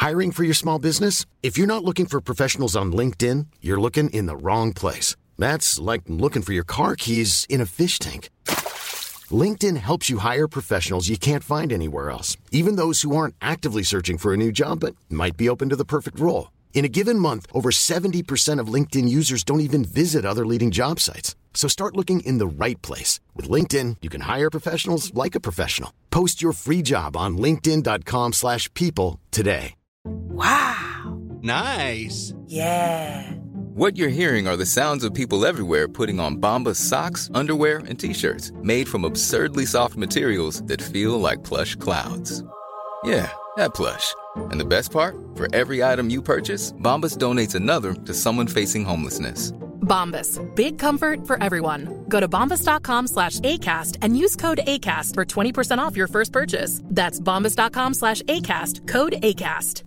Hiring for your small business? If you're not looking for professionals on LinkedIn, you're looking in the wrong place. That's like looking for your car keys in a fish tank. LinkedIn helps you hire professionals you can't find anywhere else, even those who aren't actively searching for a new job but might be open to the perfect role. In a given month, over 70% of LinkedIn users don't even visit other leading job sites. So start looking in the right place. With LinkedIn, you can hire professionals like a professional. Post your free job on linkedin.com/people today. Wow. Nice. Yeah. What you're hearing are the sounds of people everywhere putting on Bombas socks, underwear, and T-shirts made from absurdly soft materials that feel like plush clouds. Yeah, that plush. And the best part? For every item you purchase, Bombas donates another to someone facing homelessness. Bombas. Big comfort for everyone. Go to bombas.com/ACAST and use code ACAST for 20% off your first purchase. That's bombas.com/ACAST. Code ACAST.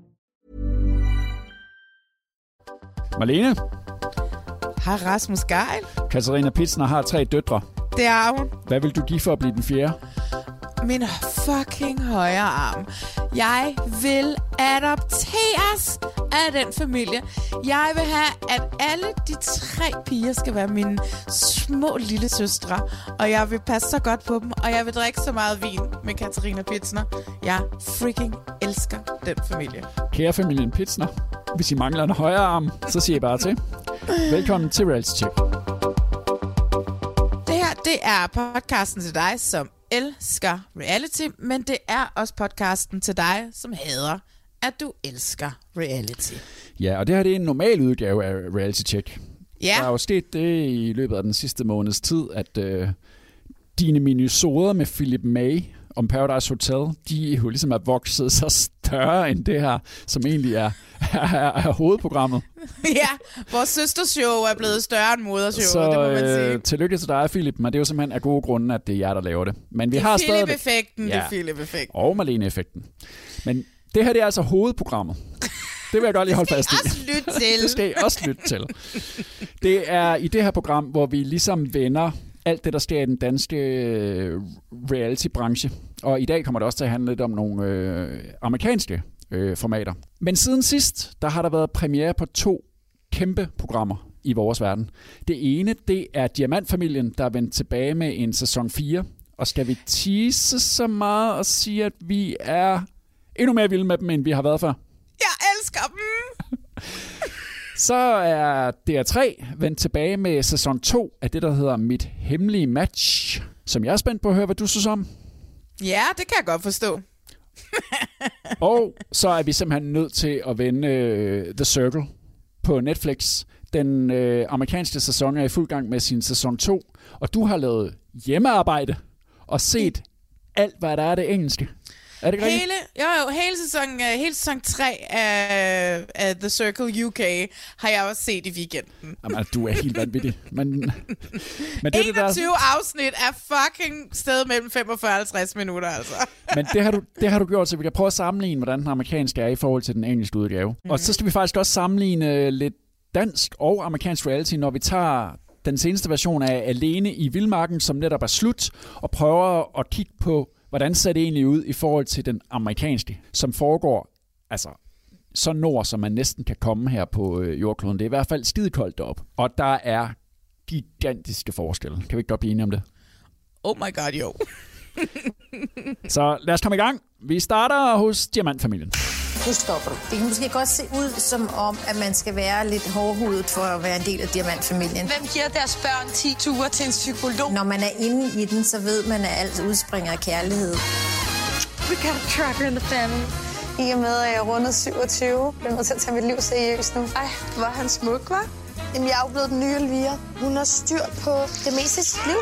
Marlene. Hej Rasmus Geil. Katarina Pitzner har 3 døtre. Det er hun. Hvad vil du give for at blive den 4? Min fucking højre arm. Jeg vil adopteres af den familie. Jeg vil have, at alle de 3 piger skal være mine små lille søstre. Og jeg vil passe så godt på dem. Og jeg vil drikke så meget vin med Katarina Pitzner. Jeg freaking elsker den familie. Kære familien Pitzner, hvis I mangler en højre arm, så siger I bare til. Velkommen til Reality Check. Det her, det er podcasten til dig, som elsker reality, men det er også podcasten til dig, som hader, at du elsker reality. Ja, og det her det er en normal udgave af Reality Check. Ja. Der er jo sket det i løbet af den sidste måneds tid, at dine minisoder med Philip May om Paradise Hotel, de jo ligesom er vokset så større end det her, som egentlig er hovedprogrammet. Ja, vores søstershow er blevet større end modershow, så, det må man sige. Tillykke til dig, Philip, men det er jo simpelthen af gode grunde, at det er jer, der laver det. Men vi det har er Philip-effekten, ja. Det er Philip-effekten. Og Marlene-effekten. Men det her det er altså hovedprogrammet. Det vil jeg godt lige holde fast i. Det skal I også lytte til. Det skal I også lytte til. Det er i det her program, hvor vi ligesom vender alt det, der sker i den danske reality-branche. Og i dag kommer det også til at handle lidt om nogle amerikanske formater. Men siden sidst, der har der været premiere på 2 kæmpe programmer i vores verden. Det ene, det er Diamantfamilien, der er vendt tilbage med en sæson 4. Og skal vi tease så meget og sige, at vi er endnu mere vilde med dem, end vi har været før? Jeg elsker dem! Så er DR3 vendt tilbage med sæson 2 af det, der hedder Mit Hemmelige Match, som jeg er spændt på at høre, hvad du synes om. Ja, det kan jeg godt forstå. Og så er vi simpelthen nødt til at vende The Circle på Netflix. Den amerikanske sæson er i fuld gang med sin sæson 2, og du har lavet hjemmearbejde og set alt, hvad der er det engelske. Er det rigtigt? Hele sæson 3 af The Circle UK har jeg også set i weekenden. Jamen, du er helt vanvittig. Men det 21 der afsnit er fucking sted mellem 45 og 50 minutter, altså. Men det har du gjort, så vi kan prøve at sammenligne, hvordan den amerikanske er i forhold til den engelske udgave. Mm-hmm. Og så skal vi faktisk også sammenligne lidt dansk og amerikansk reality, når vi tager den seneste version af Alene i Vildmarken, som netop er slut, og prøver at kigge på, hvordan ser det egentlig ud i forhold til den amerikanske, som foregår altså så nord, som man næsten kan komme her på jordkloden. Det er i hvert fald skidekoldt deroppe. Og der er gigantiske forskelle. Kan vi ikke godt blive enige om det? Oh my god, jo. Så lad os komme i gang. Vi starter hos Diamantfamilien. Nu stopper du. Det kan måske godt se ud som om, at man skal være lidt hårdhudet for at være en del af Diamantfamilien. Hvem giver deres børn 10 ture til en psykolog? Når man er inde i den, så ved man, at alt udspringer af kærlighed. We got a tracker in the family. I og med, at jeg rundede 27, bliver nødt til at tage mit liv seriøst nu. Ej, var han smuk, hva'? Jamen, jeg er jo blevet den nye Elvira. Hun har styr på det meste af sit liv.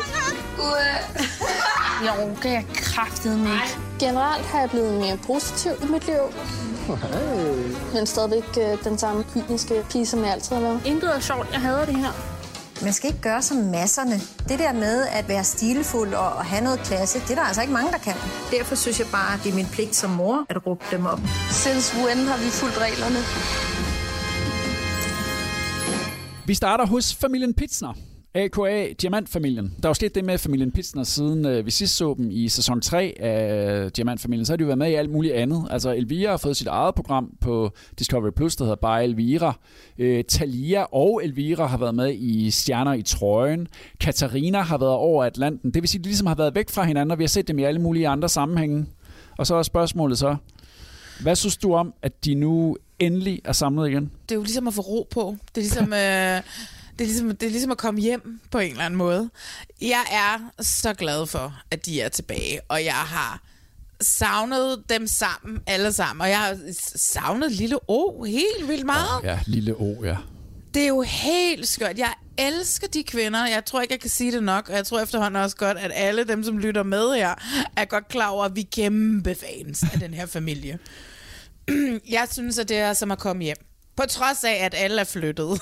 Jeg orker kraftedeme ikke. Generelt har jeg blevet mere positiv i mit liv. Men stadigvæk den samme kyniske pige, som jeg altid har været. Intet er sjovt, jeg hader det her. Man skal ikke gøre som masserne. Det der med at være stilfuld og have noget klasse, det er der altså ikke mange, der kan. Derfor synes jeg bare, at det er min pligt som mor at råbe dem op. Since when har vi fulgt reglerne? Vi starter hos familien Pitzner. AKA Diamantfamilien. Der er jo sket det med familien Pitsner, siden vi sidst så dem i sæson 3 af Diamantfamilien. Så har de jo været med i alt muligt andet. Altså Elvira har fået sit eget program på Discovery Plus, der hedder Bare Elvira. Thalia og Elvira har været med i Stjerner i trøjen. Katarina har været over Atlanten. Det vil sige, at de ligesom har været væk fra hinanden, og vi har set dem i alle mulige andre sammenhænge. Og så er spørgsmålet så, hvad synes du om, at de nu endelig er samlet igen? Det er jo ligesom at få ro på. Det er ligesom... Det er ligesom at komme hjem på en eller anden måde. Jeg er så glad for, at de er tilbage, og jeg har savnet dem sammen, alle sammen. Og jeg har savnet Lille O helt vildt meget. Ja, Lille O, ja. Det er jo helt skørt. Jeg elsker de kvinder. Jeg tror ikke, jeg kan sige det nok, og jeg tror efterhånden også godt, at alle dem, som lytter med her, er godt klar over, at vi er kæmpe fans af den her familie. Jeg synes, at det er som at komme hjem. På trods af, at alle er flyttet.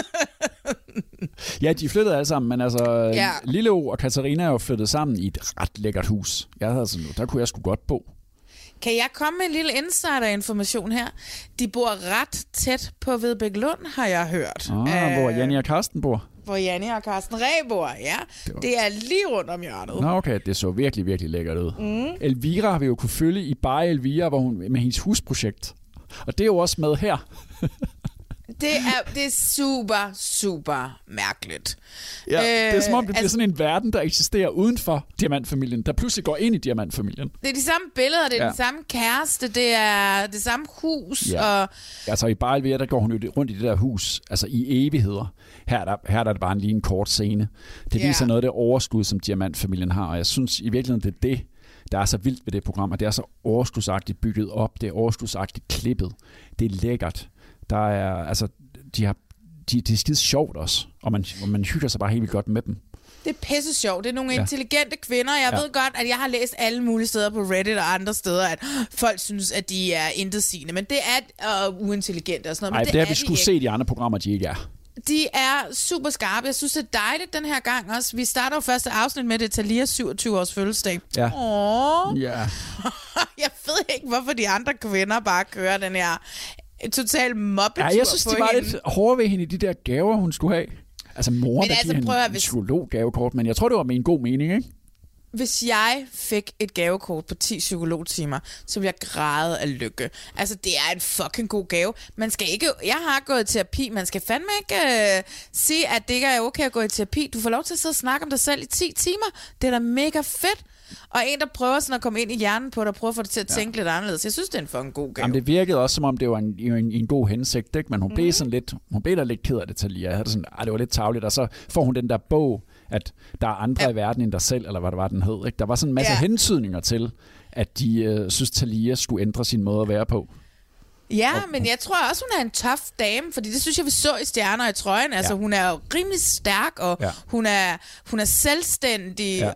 Ja, de flyttede alle sammen, men altså Lille O og Katarina er jo flyttet sammen i et ret lækkert hus. Der kunne jeg sgu godt bo. Kan jeg komme med en lille insider-information her? De bor ret tæt på Vedbæk-Lund, har jeg hørt. Hvor Janni og Karsten bor. Hvor Janni og Karsten Reh bor, ja. Det er lige rundt om hjørnet. Nå, okay, det så virkelig, virkelig lækkert ud. Elvira har vi jo kunne følge i Bare Elvira, hvor hun med hendes husprojekt. Og det er jo også med her. Det er super, super mærkeligt. Ja, det er som om, det bliver sådan en verden, der eksisterer uden for Diamantfamilien, der pludselig går ind i Diamantfamilien. Det er de samme billeder, det er den samme kæreste, det er det samme hus. Ja. Og altså i Bare Elvira, der går hun jo rundt i det der hus, altså i evigheder. Her er der bare lige en kort scene. Det viser noget af det overskud, som Diamantfamilien har, og jeg synes i virkeligheden, det er det, der er så vildt ved det program, og det er så overskudsagtigt bygget op, det er overskudsagtigt klippet, det er lækkert. Der er, altså, de er skide sjovt også, og man hygger sig bare helt vildt godt med dem. Det er pisse sjovt. Det er nogle intelligente kvinder. Jeg ved godt, at jeg har læst alle mulige steder på Reddit og andre steder, at folk synes, at de er intetsigende, men det er uintelligente og sådan noget. Nej, det har vi skulle se i de andre programmer, de ikke er. De er super skarpe. Jeg synes, det er dejligt den her gang også. Vi starter jo første afsnit med det Thalia 27 års fødselsdag. Ja. Ja. Jeg ved ikke, hvorfor de andre kvinder bare kører den her total mobbetur. Ja, jeg synes, de var lidt hårde ved hende i de der gaver, hun skulle have. Altså moren, der giver hende en psykolog-gavekort, men jeg tror, det var med en god mening, ikke? Hvis jeg fik et gavekort på 10 psykologtimer, så ville jeg græde af lykke. Altså, det er en fucking god gave. Man skal ikke... Jeg har gået i terapi. Man skal fandme ikke sige, at det ikke er okay at gå i terapi. Du får lov til at sidde og snakke om dig selv i 10 timer. Det er da mega fedt. Og en, der prøver sådan at komme ind i hjernen på dig, og prøver at få det til at tænke lidt anderledes. Jeg synes, det er en fucking god gave. Jamen, det virkede også, som om det var en god hensigt, ikke? Men hun blev sådan lidt... Hun blev da lidt ked af det, Thalia. Jeg havde sådan, det var lidt tarveligt. Og så får hun den der bog, at der er andre i verden end dig selv, eller hvad det var, den hed. Ikke? Der var sådan en masse hentydninger til, at de synes, Thalia skulle ændre sin måde at være på. Ja, men jeg tror også, hun er en tough dame, fordi det synes jeg, vi så i Stjerner i trøjen. Altså, hun er jo rimelig stærk, og hun er selvstændig,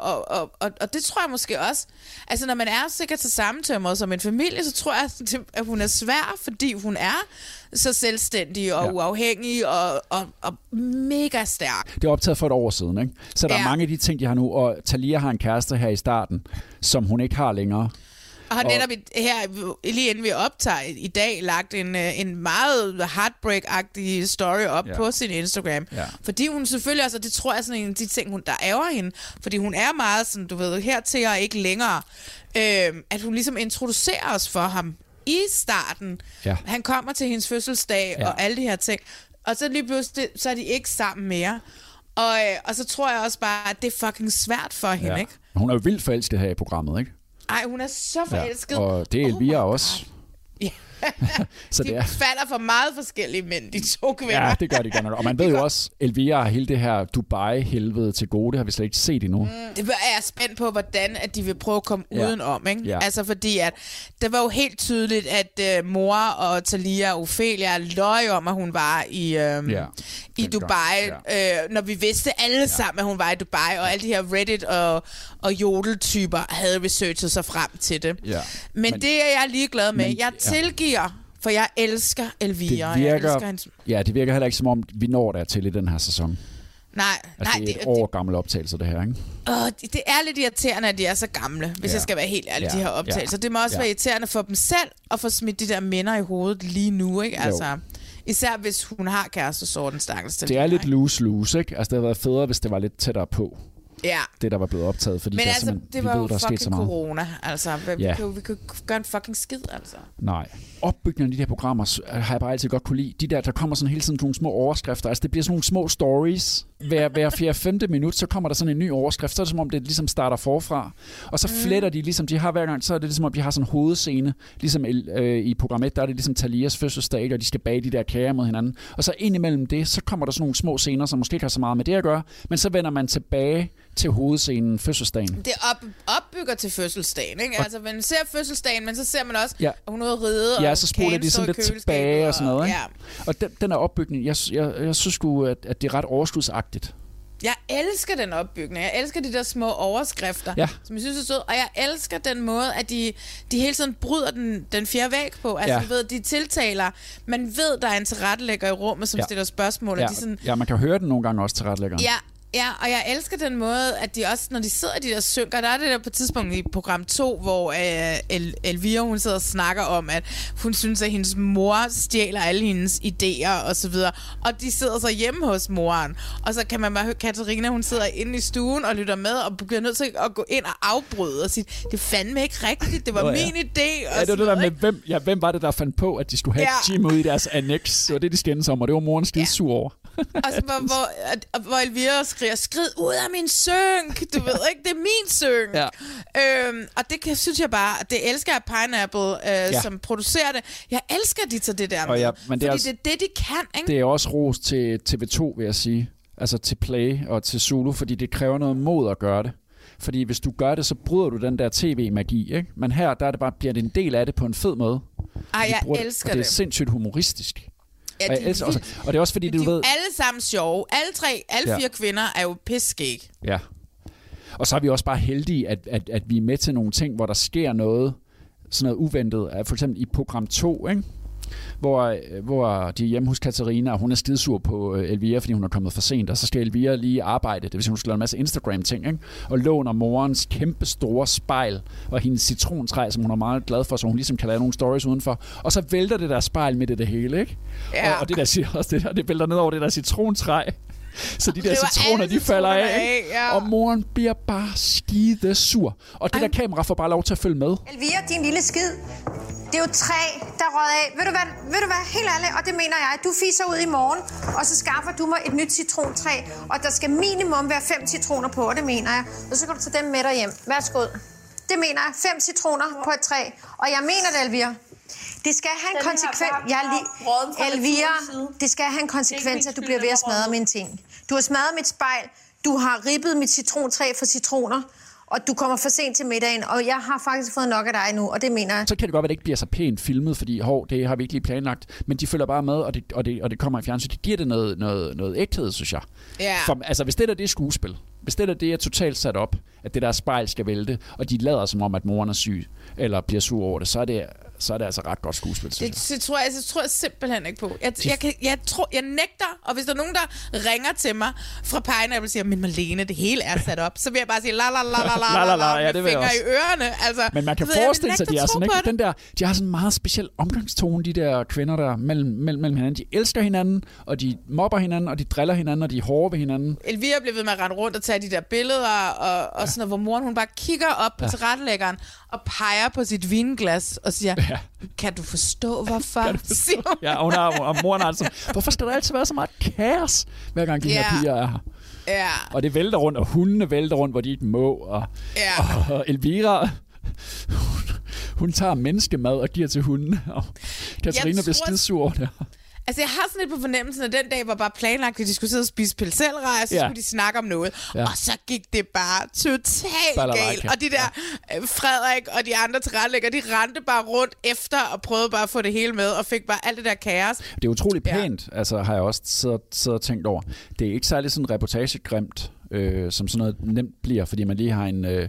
og det tror jeg måske også. Altså, når man er sikkert til samme tømmer som en familie, så tror jeg, at hun er svær, fordi hun er så selvstændig og uafhængig og mega stærk. Det er optaget for et år siden, ikke? Så der er mange af de ting, de har nu, og Thalia har en kæreste her i starten, som hun ikke har længere. Og har netop her, lige inden vi optager i dag, lagt en meget heartbreak-agtig story op på sin Instagram. Ja. Fordi hun selvfølgelig også, og det tror jeg er sådan en af de ting, der ærger hende, fordi hun er meget sådan, du ved, hertil og ikke længere, at hun ligesom introducerer os for ham i starten. Ja. Han kommer til hendes fødselsdag og alle de her ting, og så lige pludselig, så er de ikke sammen mere. Og så tror jeg også bare, at det er fucking svært for hende, ikke? Hun er jo vildt forelsket her i programmet, ikke? Ej, hun er så forelsket. Og det er Elvira også. Ja. Så de falder for meget forskellige mænd, de to kvinder. Ja, det gør de gerne. Og man ved jo også, Elvira har hele det her Dubai-helvede til gode. Det har vi slet ikke set endnu. Det er jeg spændt på, hvordan at de vil prøve at komme udenom. Ikke? Ja. Altså fordi, at det var jo helt tydeligt, at mor og Thalia og Ophelia løj om, at hun var i Dubai. Ja. Når vi vidste alle sammen, at hun var i Dubai, og alle de her Reddit og Jodel-typer havde researchet sig frem til det. Ja. Men det er jeg ligeglad med. Jeg tilgiver, for jeg elsker Elvira. Det virker heller ikke som om, vi når der til i den her sæson. Nej, altså, det er et år gammel optagelse, det her, ikke? Det er lidt irriterende, at de er så gamle, hvis jeg skal være helt ærlig, de her optagelser. Det må også være irriterende for dem selv at få smidt de der minder i hovedet lige nu, ikke? Altså, Især hvis hun har kærestesorten, stakkels. Det er lidt loose, ikke? Altså, det havde været federe, hvis det var lidt tættere på. Ja. Det, der var blevet optaget, fordi men der altså, det var ved, jo der fucking corona. Altså, vi kan gøre en fucking skid, altså. Nej. Opbygningen af de her programmer har jeg bare altid godt kunne lide. Der kommer sådan hele tiden nogle små overskrifter. Altså, det bliver sådan nogle små stories. Hver 4-5. minut, så kommer der sådan en ny overskrift. Så er det som om, det ligesom starter forfra. Og så fletter de, ligesom de har hver gang, så er det ligesom, om de har sådan en hovedscene. Ligesom i program 1, der er det ligesom Talias fødselsdag, og de skal bage de der kager mod hinanden. Og så indimellem det, så kommer der sådan nogle små scener, som måske ikke har så meget med det at gøre. Men så vender man tilbage til hovedscenen, fødselsdagen. Det opbygger til fødselsdagen, ikke? Altså, man ser fødselsdagen, men så ser man også, at hun er ude at ride, og så spoler de sådan lidt tilbage og sådan noget, ikke? Ja. Og den er opbygning, jeg synes sgu, at det er ret overskudsagtigt. Jeg elsker den opbygning. Jeg elsker de der små overskrifter, som jeg synes er søde. Og jeg elsker den måde, at de hele tiden bryder den fjerde væg på. Altså, du ved, de tiltaler. Man ved, der er en tilrettelægger i rummet, som stiller spørgsmål. Og de sådan, man kan høre den nogle gange også, tilrettelæggeren. Ja, og jeg elsker den måde, at de også, når de sidder i de der synker, der er det der på et tidspunkt i program 2, hvor Elvira, hun sidder og snakker om, at hun synes, at hendes mor stjæler alle hendes idéer og så videre. Og de sidder så hjemme hos moren. Og så kan man bare høre Katarina, hun sidder inde i stuen og lytter med, og bliver nødt til at gå ind og afbryde og sige, det er fandme ikke rigtigt, det var min idé. Og det var det der med, hvem var det, der fandt på, at de skulle have Jim ud i deres annex? Det var det, de skændes om, og det var moren skidesur over. Og så, hvor Elvira skriger, skrid ud af min synk. Du ved ikke, det er min synk. Ja. Og det synes jeg bare, det elsker jeg Pineapple, som producerer det. Jeg elsker de til det der med. Fordi det er det, de kan, ikke? Det er også ros til TV2, vil jeg sige. Altså til Play og til Zulu, fordi det kræver noget mod at gøre det. Fordi hvis du gør det, så bryder du den der tv-magi, ikke? Men her, der er det bare, bliver det en del af det på en fed måde. Jeg elsker det. Og det er sindssygt humoristisk. Ja, og det er også fordi, du ved... alle sammen sjove. Alle 4 kvinder er jo pissskæg. Ja. Og så er vi også bare heldige, at vi er med til nogle ting, hvor der sker noget, sådan noget uventet. For eksempel i program 2, ikke? Hvor de er hjemme hos Katarina, og hun er skidsur på Elvira, fordi hun er kommet for sent, og så skal Elvira lige arbejde. Det vil sige, hun skal lave en masse Instagram-ting, ikke? Og låner morens kæmpe store spejl og hendes citrontræ, som hun er meget glad for, så hun ligesom kan lave nogle stories udenfor. Og så vælter det der spejl med det hele, ikke? Ja. Og det der siger også det vælter ned over det der citrontræ. Så de der citroner, de falder af, og moren bliver bare skidesur. Og det der kamera får bare lov til at følge med. Elvira, din lille skid. Det er jo træ, der rød af. Ved du hvad? Helt ærligt, og det mener jeg. Du fiser ud i morgen, og så skaffer du mig et nyt citrontræ, og der skal minimum være 5 citroner på, og det mener jeg. Og så kan du tage dem med dig hjem. Værsgo. Det mener jeg. 5 citroner på et træ. Og jeg mener det, Elvira. Det skal have en konsekvens. Elvira, det skal have en konsekvens, at du bliver ved at smadre mine ting. Du har smadret mit spejl. Du har ribbet mit citrontræ for citroner. Og du kommer for sent til middagen, og jeg har faktisk fået nok af dig nu, og det mener jeg. Så kan det godt være, at det ikke bliver så pænt filmet, fordi det har vi ikke lige planlagt, men de følger bare med, og det kommer i fjernsyn. Det giver det noget ægthed, synes jeg. Yeah. For, altså, hvis det der det er skuespil, hvis det der det er totalt sat op, at det der spejl skal vælte, og de lader som om, at moren er syg, eller bliver sur over det, så er det altså ret godt skuespil, synes jeg. Det tror jeg simpelthen ikke på. Jeg nægter, og hvis der er nogen, der ringer til mig fra Pineapple og siger, men Malene, det hele er sat op, så vil jeg bare sige, la, med fingre i ørerne. Altså, men man kan forestille sig, at de er sådan, ikke? Den der, de har sådan en meget speciel omgangstone, de der kvinder der mellem hinanden. De elsker hinanden, og de mobber hinanden, og de driller hinanden, og de er hårde ved hinanden. Elvira bliver ved med at rende rundt og tage de der billeder, og sådan noget, hvor moren hun bare kigger op på tilrettelæggeren og peger på sit vinglas og siger, kan du forstå, hvorfor? Ja, og moren er altså, hvorfor skal der altid være så meget kaos, hver gang de her piger er her? Ja. Og det vælter rundt, og hundene vælter rundt, hvor de ikke må. Og Elvira, hun tager menneskemad og giver til hundene. Og Katarina bliver skidsur over det. Altså, jeg har sådan lidt på fornemmelsen, at den dag var bare planlagt, at de skulle sidde og spise pilselrej, og så skulle de snakke om noget. Ja. Og så gik det bare totalt galt. Og de der Frederik og de andre tilrettelæggere, de rendte bare rundt efter og prøvede bare at få det hele med, og fik bare alt det der kaos. Det er utroligt pænt, altså har jeg også siddet og tænkt over. Det er ikke særlig sådan reportagegrimt, som sådan noget nemt bliver, fordi man lige har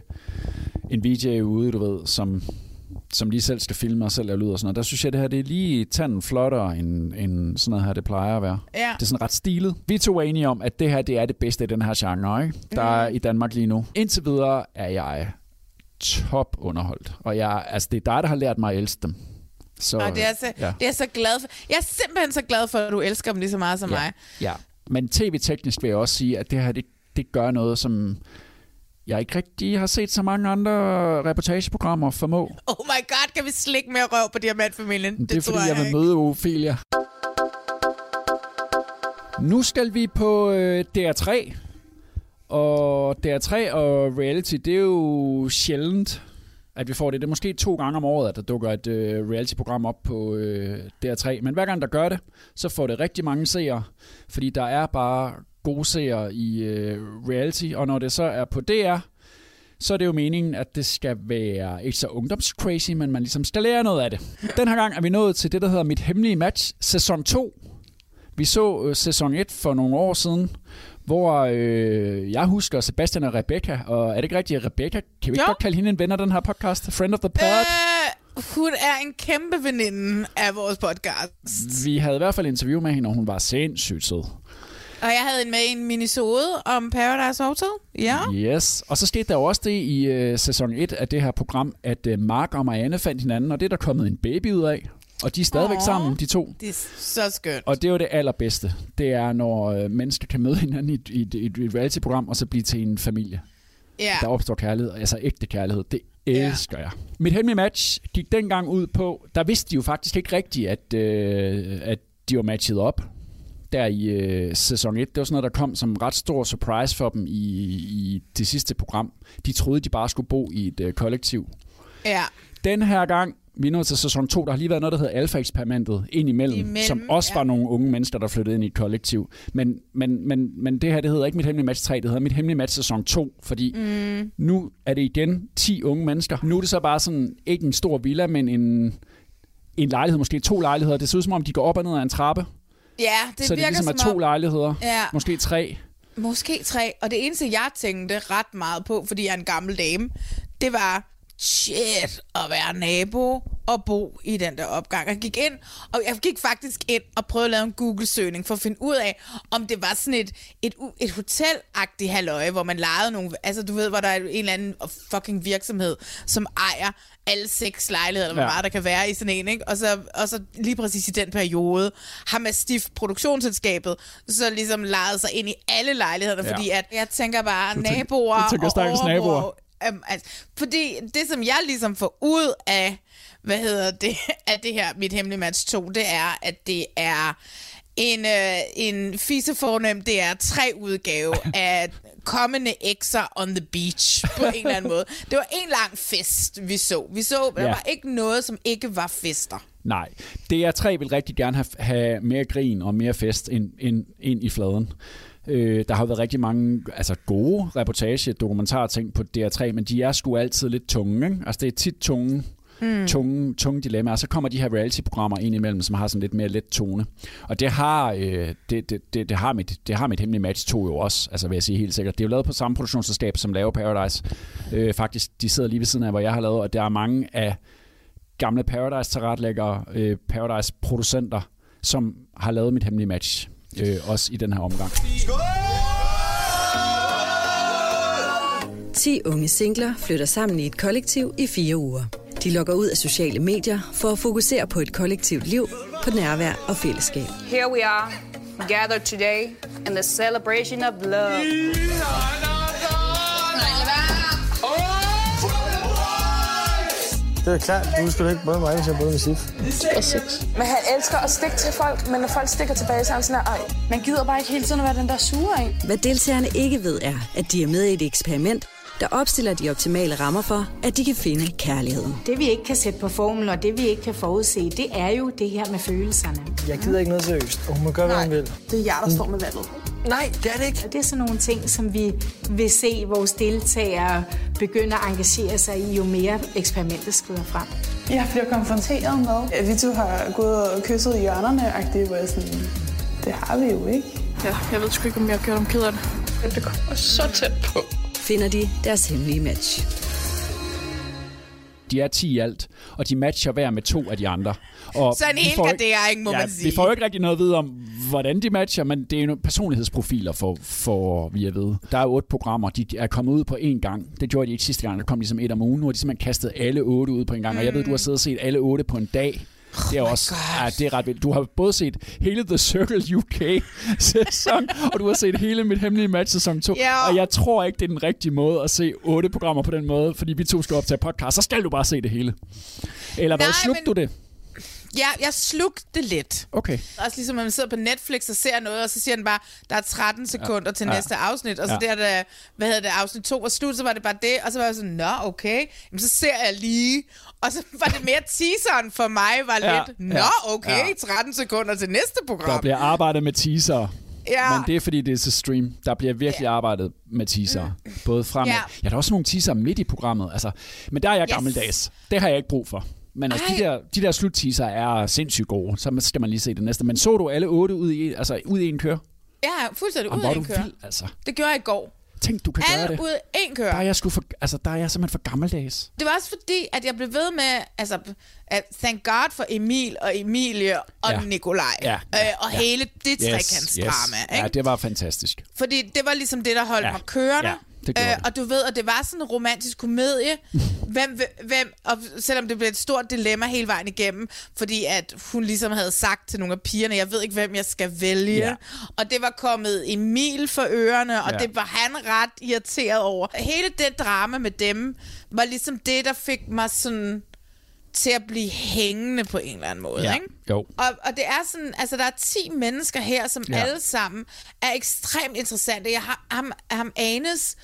en VJ ude, du ved, som lige selv skal filme og selv lave lyd og sådan noget. Der synes jeg, det her det er lige tanden flottere end sådan noget her, det plejer at være. Ja. Det er sådan ret stilet. Vi to er enige om, at det her det er det bedste i den her genre, ikke? Der er i Danmark lige nu. Indtil videre er jeg top underholdt. Og det er dig, der har lært mig at elske dem. Så, og det er så glad for. Jeg er simpelthen så glad for, at du elsker dem lige så meget som mig. Ja, men tv-teknisk vil jeg også sige, at det her, det gør noget, som jeg ikke rigtig har set så mange andre reportageprogrammer formå. Oh my god, kan vi slikke mere røv på Diamantfamilien? Det er fordi, jeg vil møde Ophelia. Nu skal vi på DR3. Og DR3 og reality, det er jo sjældent, at vi får det. Det er måske 2 gange om året, at der dukker et reality-program op på DR3. Men hver gang der gør det, så får det rigtig mange seere. Fordi der er bare gode seere i reality. Og når det så er på DR, så er det jo meningen, at det skal være ikke så ungdomscrazy, men man ligesom skal lære noget af det. Den her gang er vi nået til det, der hedder Mit Hemmelige Match, sæson 2. Vi så sæson 1 for nogle år siden, hvor jeg husker Sebastian og Rebecca, og er det ikke rigtigt, Rebecca? Kan vi ikke godt kalde hende en ven af den her podcast? Friend of the pod? Hun er en kæmpe veninde af vores podcast. Vi havde i hvert fald interview med hende, og hun var sindssygt sød. Og jeg havde med en minisode om Paradise Hotel. Ja. Yes. Og så skete der også det i sæson 1 af det her program, at Mark og Marianne fandt hinanden, og det er der kommet en baby ud af. Og de er stadigvæk sammen, de to. Det er så skønt. Og det er jo det allerbedste. Det er, når mennesker kan møde hinanden i et reality-program, og så blive til en familie. Yeah. Der opstår kærlighed, altså ægte kærlighed. Det elsker jeg. Mit hemmelige match gik dengang ud på, der vidste de jo faktisk ikke rigtigt, at de var matchet op. Der i sæson 1. Det var sådan noget, der kom som ret stor surprise for dem i det sidste program. De troede, de bare skulle bo i et kollektiv. Ja. Den her gang, vi er nået til sæson 2, der har lige været noget, der hedder Alpha-eksperimentet indimellem, som også var nogle unge mennesker, der flyttede ind i et kollektiv. Men det her, det hedder ikke Mit Hemmelige Match 3, det hedder Mit Hemmelige Match sæson 2, fordi nu er det igen 10 unge mennesker. Nu er det så bare sådan, ikke en stor villa, men en lejlighed, måske 2 lejligheder. Det ser ud som om, de går op og ned ad en trappe. Ja, det så det virker ligesom som er 2 lejligheder, måske 3. Måske 3, og det eneste, jeg tænkte ret meget på, fordi jeg er en gammel dame, det var shit at være nabo og bo i den der opgang. Jeg gik faktisk ind og prøvede at lave en Google-søgning for at finde ud af, om det var sådan et hotel-agtigt halløje, hvor man lejede nogle, altså du ved, hvor der er en eller anden fucking virksomhed, som ejer alle 6 lejligheder, eller hvor meget der kan være i sådan en, ikke? Og så lige præcis i den periode har Mastiff produktionsselskabet så ligesom lejet sig ind i alle lejlighederne, fordi at jeg tænker bare naboer og overvåg. Altså, fordi det, som jeg ligesom får ud af, af det her Mit Hemmelige Match 2, det er, at det er en fisefornem DR3-udgave af kommende ekser on the beach på en eller anden måde. Det var en lang fest, vi så. Der var ikke noget, som ikke var fester. Nej, DR3 vil rigtig gerne have mere grin og mere fest ind i fladen. Der har været rigtig mange gode dokumentarting på DR3, men de er sgu altid lidt tunge, ikke? Altså det er tit tunge dilemmaer, og så kommer de her reality-programmer ind imellem, som har sådan lidt mere let tone. Og det har mit Hemmelige Match 2 jo også, altså vil jeg sige helt sikkert. Det er jo lavet på samme produktionsselskab, som laver Paradise. Faktisk, de sidder lige ved siden af, hvor jeg har lavet, og der er mange af gamle Paradise-tilretlæggere, Paradise-producenter, som har lavet Mit Hemmelige Match. Også i den her omgang. 10 unge singler flytter sammen i et kollektiv i 4 uger. De logger ud af sociale medier for at fokusere på et kollektivt liv, på nærvær og fællesskab. Here we are, gathered today in the celebration of love. Det er klart, du skulle ikke både mig, hvis jeg både med Sif. Og sex. Men han elsker at stikke til folk, men når folk stikker tilbage, så er han sådan her, man gider bare ikke hele tiden at være den der sure en. Hvad deltagerne ikke ved er, at de er med i et eksperiment, der opstiller de optimale rammer for, at de kan finde kærligheden. Det vi ikke kan sætte på formel, og det vi ikke kan forudse, det er jo det her med følelserne. Jeg gider ikke noget seriøst, og hun må gøre, hvad hun vil. Det er jeg, der står med valget. Nej, det er det ikke. Det er sådan nogle ting, som vi vil se vores deltagere begynde at engagere sig i, jo mere eksperimentet skrider frem. Jeg bliver konfronteret med, at vi to har gået og kysset i hjørnerne-agtigt, hvor jeg sådan, det har vi jo ikke. Ja, jeg ved sgu ikke, om jeg har gjort dem ked af det. Det kommer så tæt på. Finder de deres hemmelige match. De er 10 i alt, og de matcher hver med 2 af de andre. Og så en hel gardering, må man sige. Vi får jo ikke rigtig noget at vide om, hvordan de matcher, men det er jo personlighedsprofiler for vi at vide. Der er 8 programmer, de er kommet ud på én gang. Det gjorde de ikke sidste gang, der kom ligesom 1 om ugen. Nu har de simpelthen kastet alle 8 ud på en gang, og jeg ved, du har siddet og set alle 8 på en dag. Det er også det er ret vildt. Du har både set hele The Circle UK-sæson, og du har set hele Mit Hemmelige Match sæson 2. Yeah. Og jeg tror ikke, det er den rigtige måde at se 8 programmer på den måde, fordi vi 2 skal optage podcast. Så skal du bare se det hele. Eller hvad? Slugte du det? Ja, jeg slugte det lidt. Okay. Også ligesom, at man sidder på Netflix og ser noget, og så siger den bare, der er 13 sekunder til næste afsnit. Og så der, afsnit 2 var slut, så var det bare det. Og så var jeg sådan, nå, okay. Jamen, så ser jeg lige. Og så var det mere teaseren for mig, var lidt, okay, 13 sekunder til næste program. Der bliver arbejdet med teaser. Ja. Men det er fordi, det er så stream. Der bliver virkelig arbejdet med teaser. Både fremad. Ja, der er også nogle teaser midt i programmet. Altså, men der er jeg gammeldags. Det har jeg ikke brug for. Men altså, de der slutteaser er sindssygt gode. Så skal man lige se det næste. Men så du alle 8 ud i en kør? Ja, fuldstændig ud i en kør. Vild, altså. Det gjorde jeg i går. Tænk, du kan gøre det. Alle ud i en kør. Der er jeg simpelthen for gammeldags. Det var også fordi, at jeg blev ved med, altså, at thank God for Emil og Emilie og Nikolaj. Og hele det trekantsdrama. Ja, det var fantastisk. Fordi det var ligesom det, der holdt mig kørende. Ja. Og du ved, at det var sådan en romantisk komedie. Hvem, og selvom det blev et stort dilemma hele vejen igennem, fordi at hun ligesom havde sagt til nogle af pigerne, jeg ved ikke, hvem jeg skal vælge. Ja. Og det var kommet Emil for ørerne, og det var han ret irriteret over. Hele det drama med dem var ligesom det, der fik mig sådan til at blive hængende på en eller anden måde, ikke? Jo. Og det er sådan, altså der er 10 mennesker her, som alle sammen er ekstremt interessante. Jeg har ham Anes,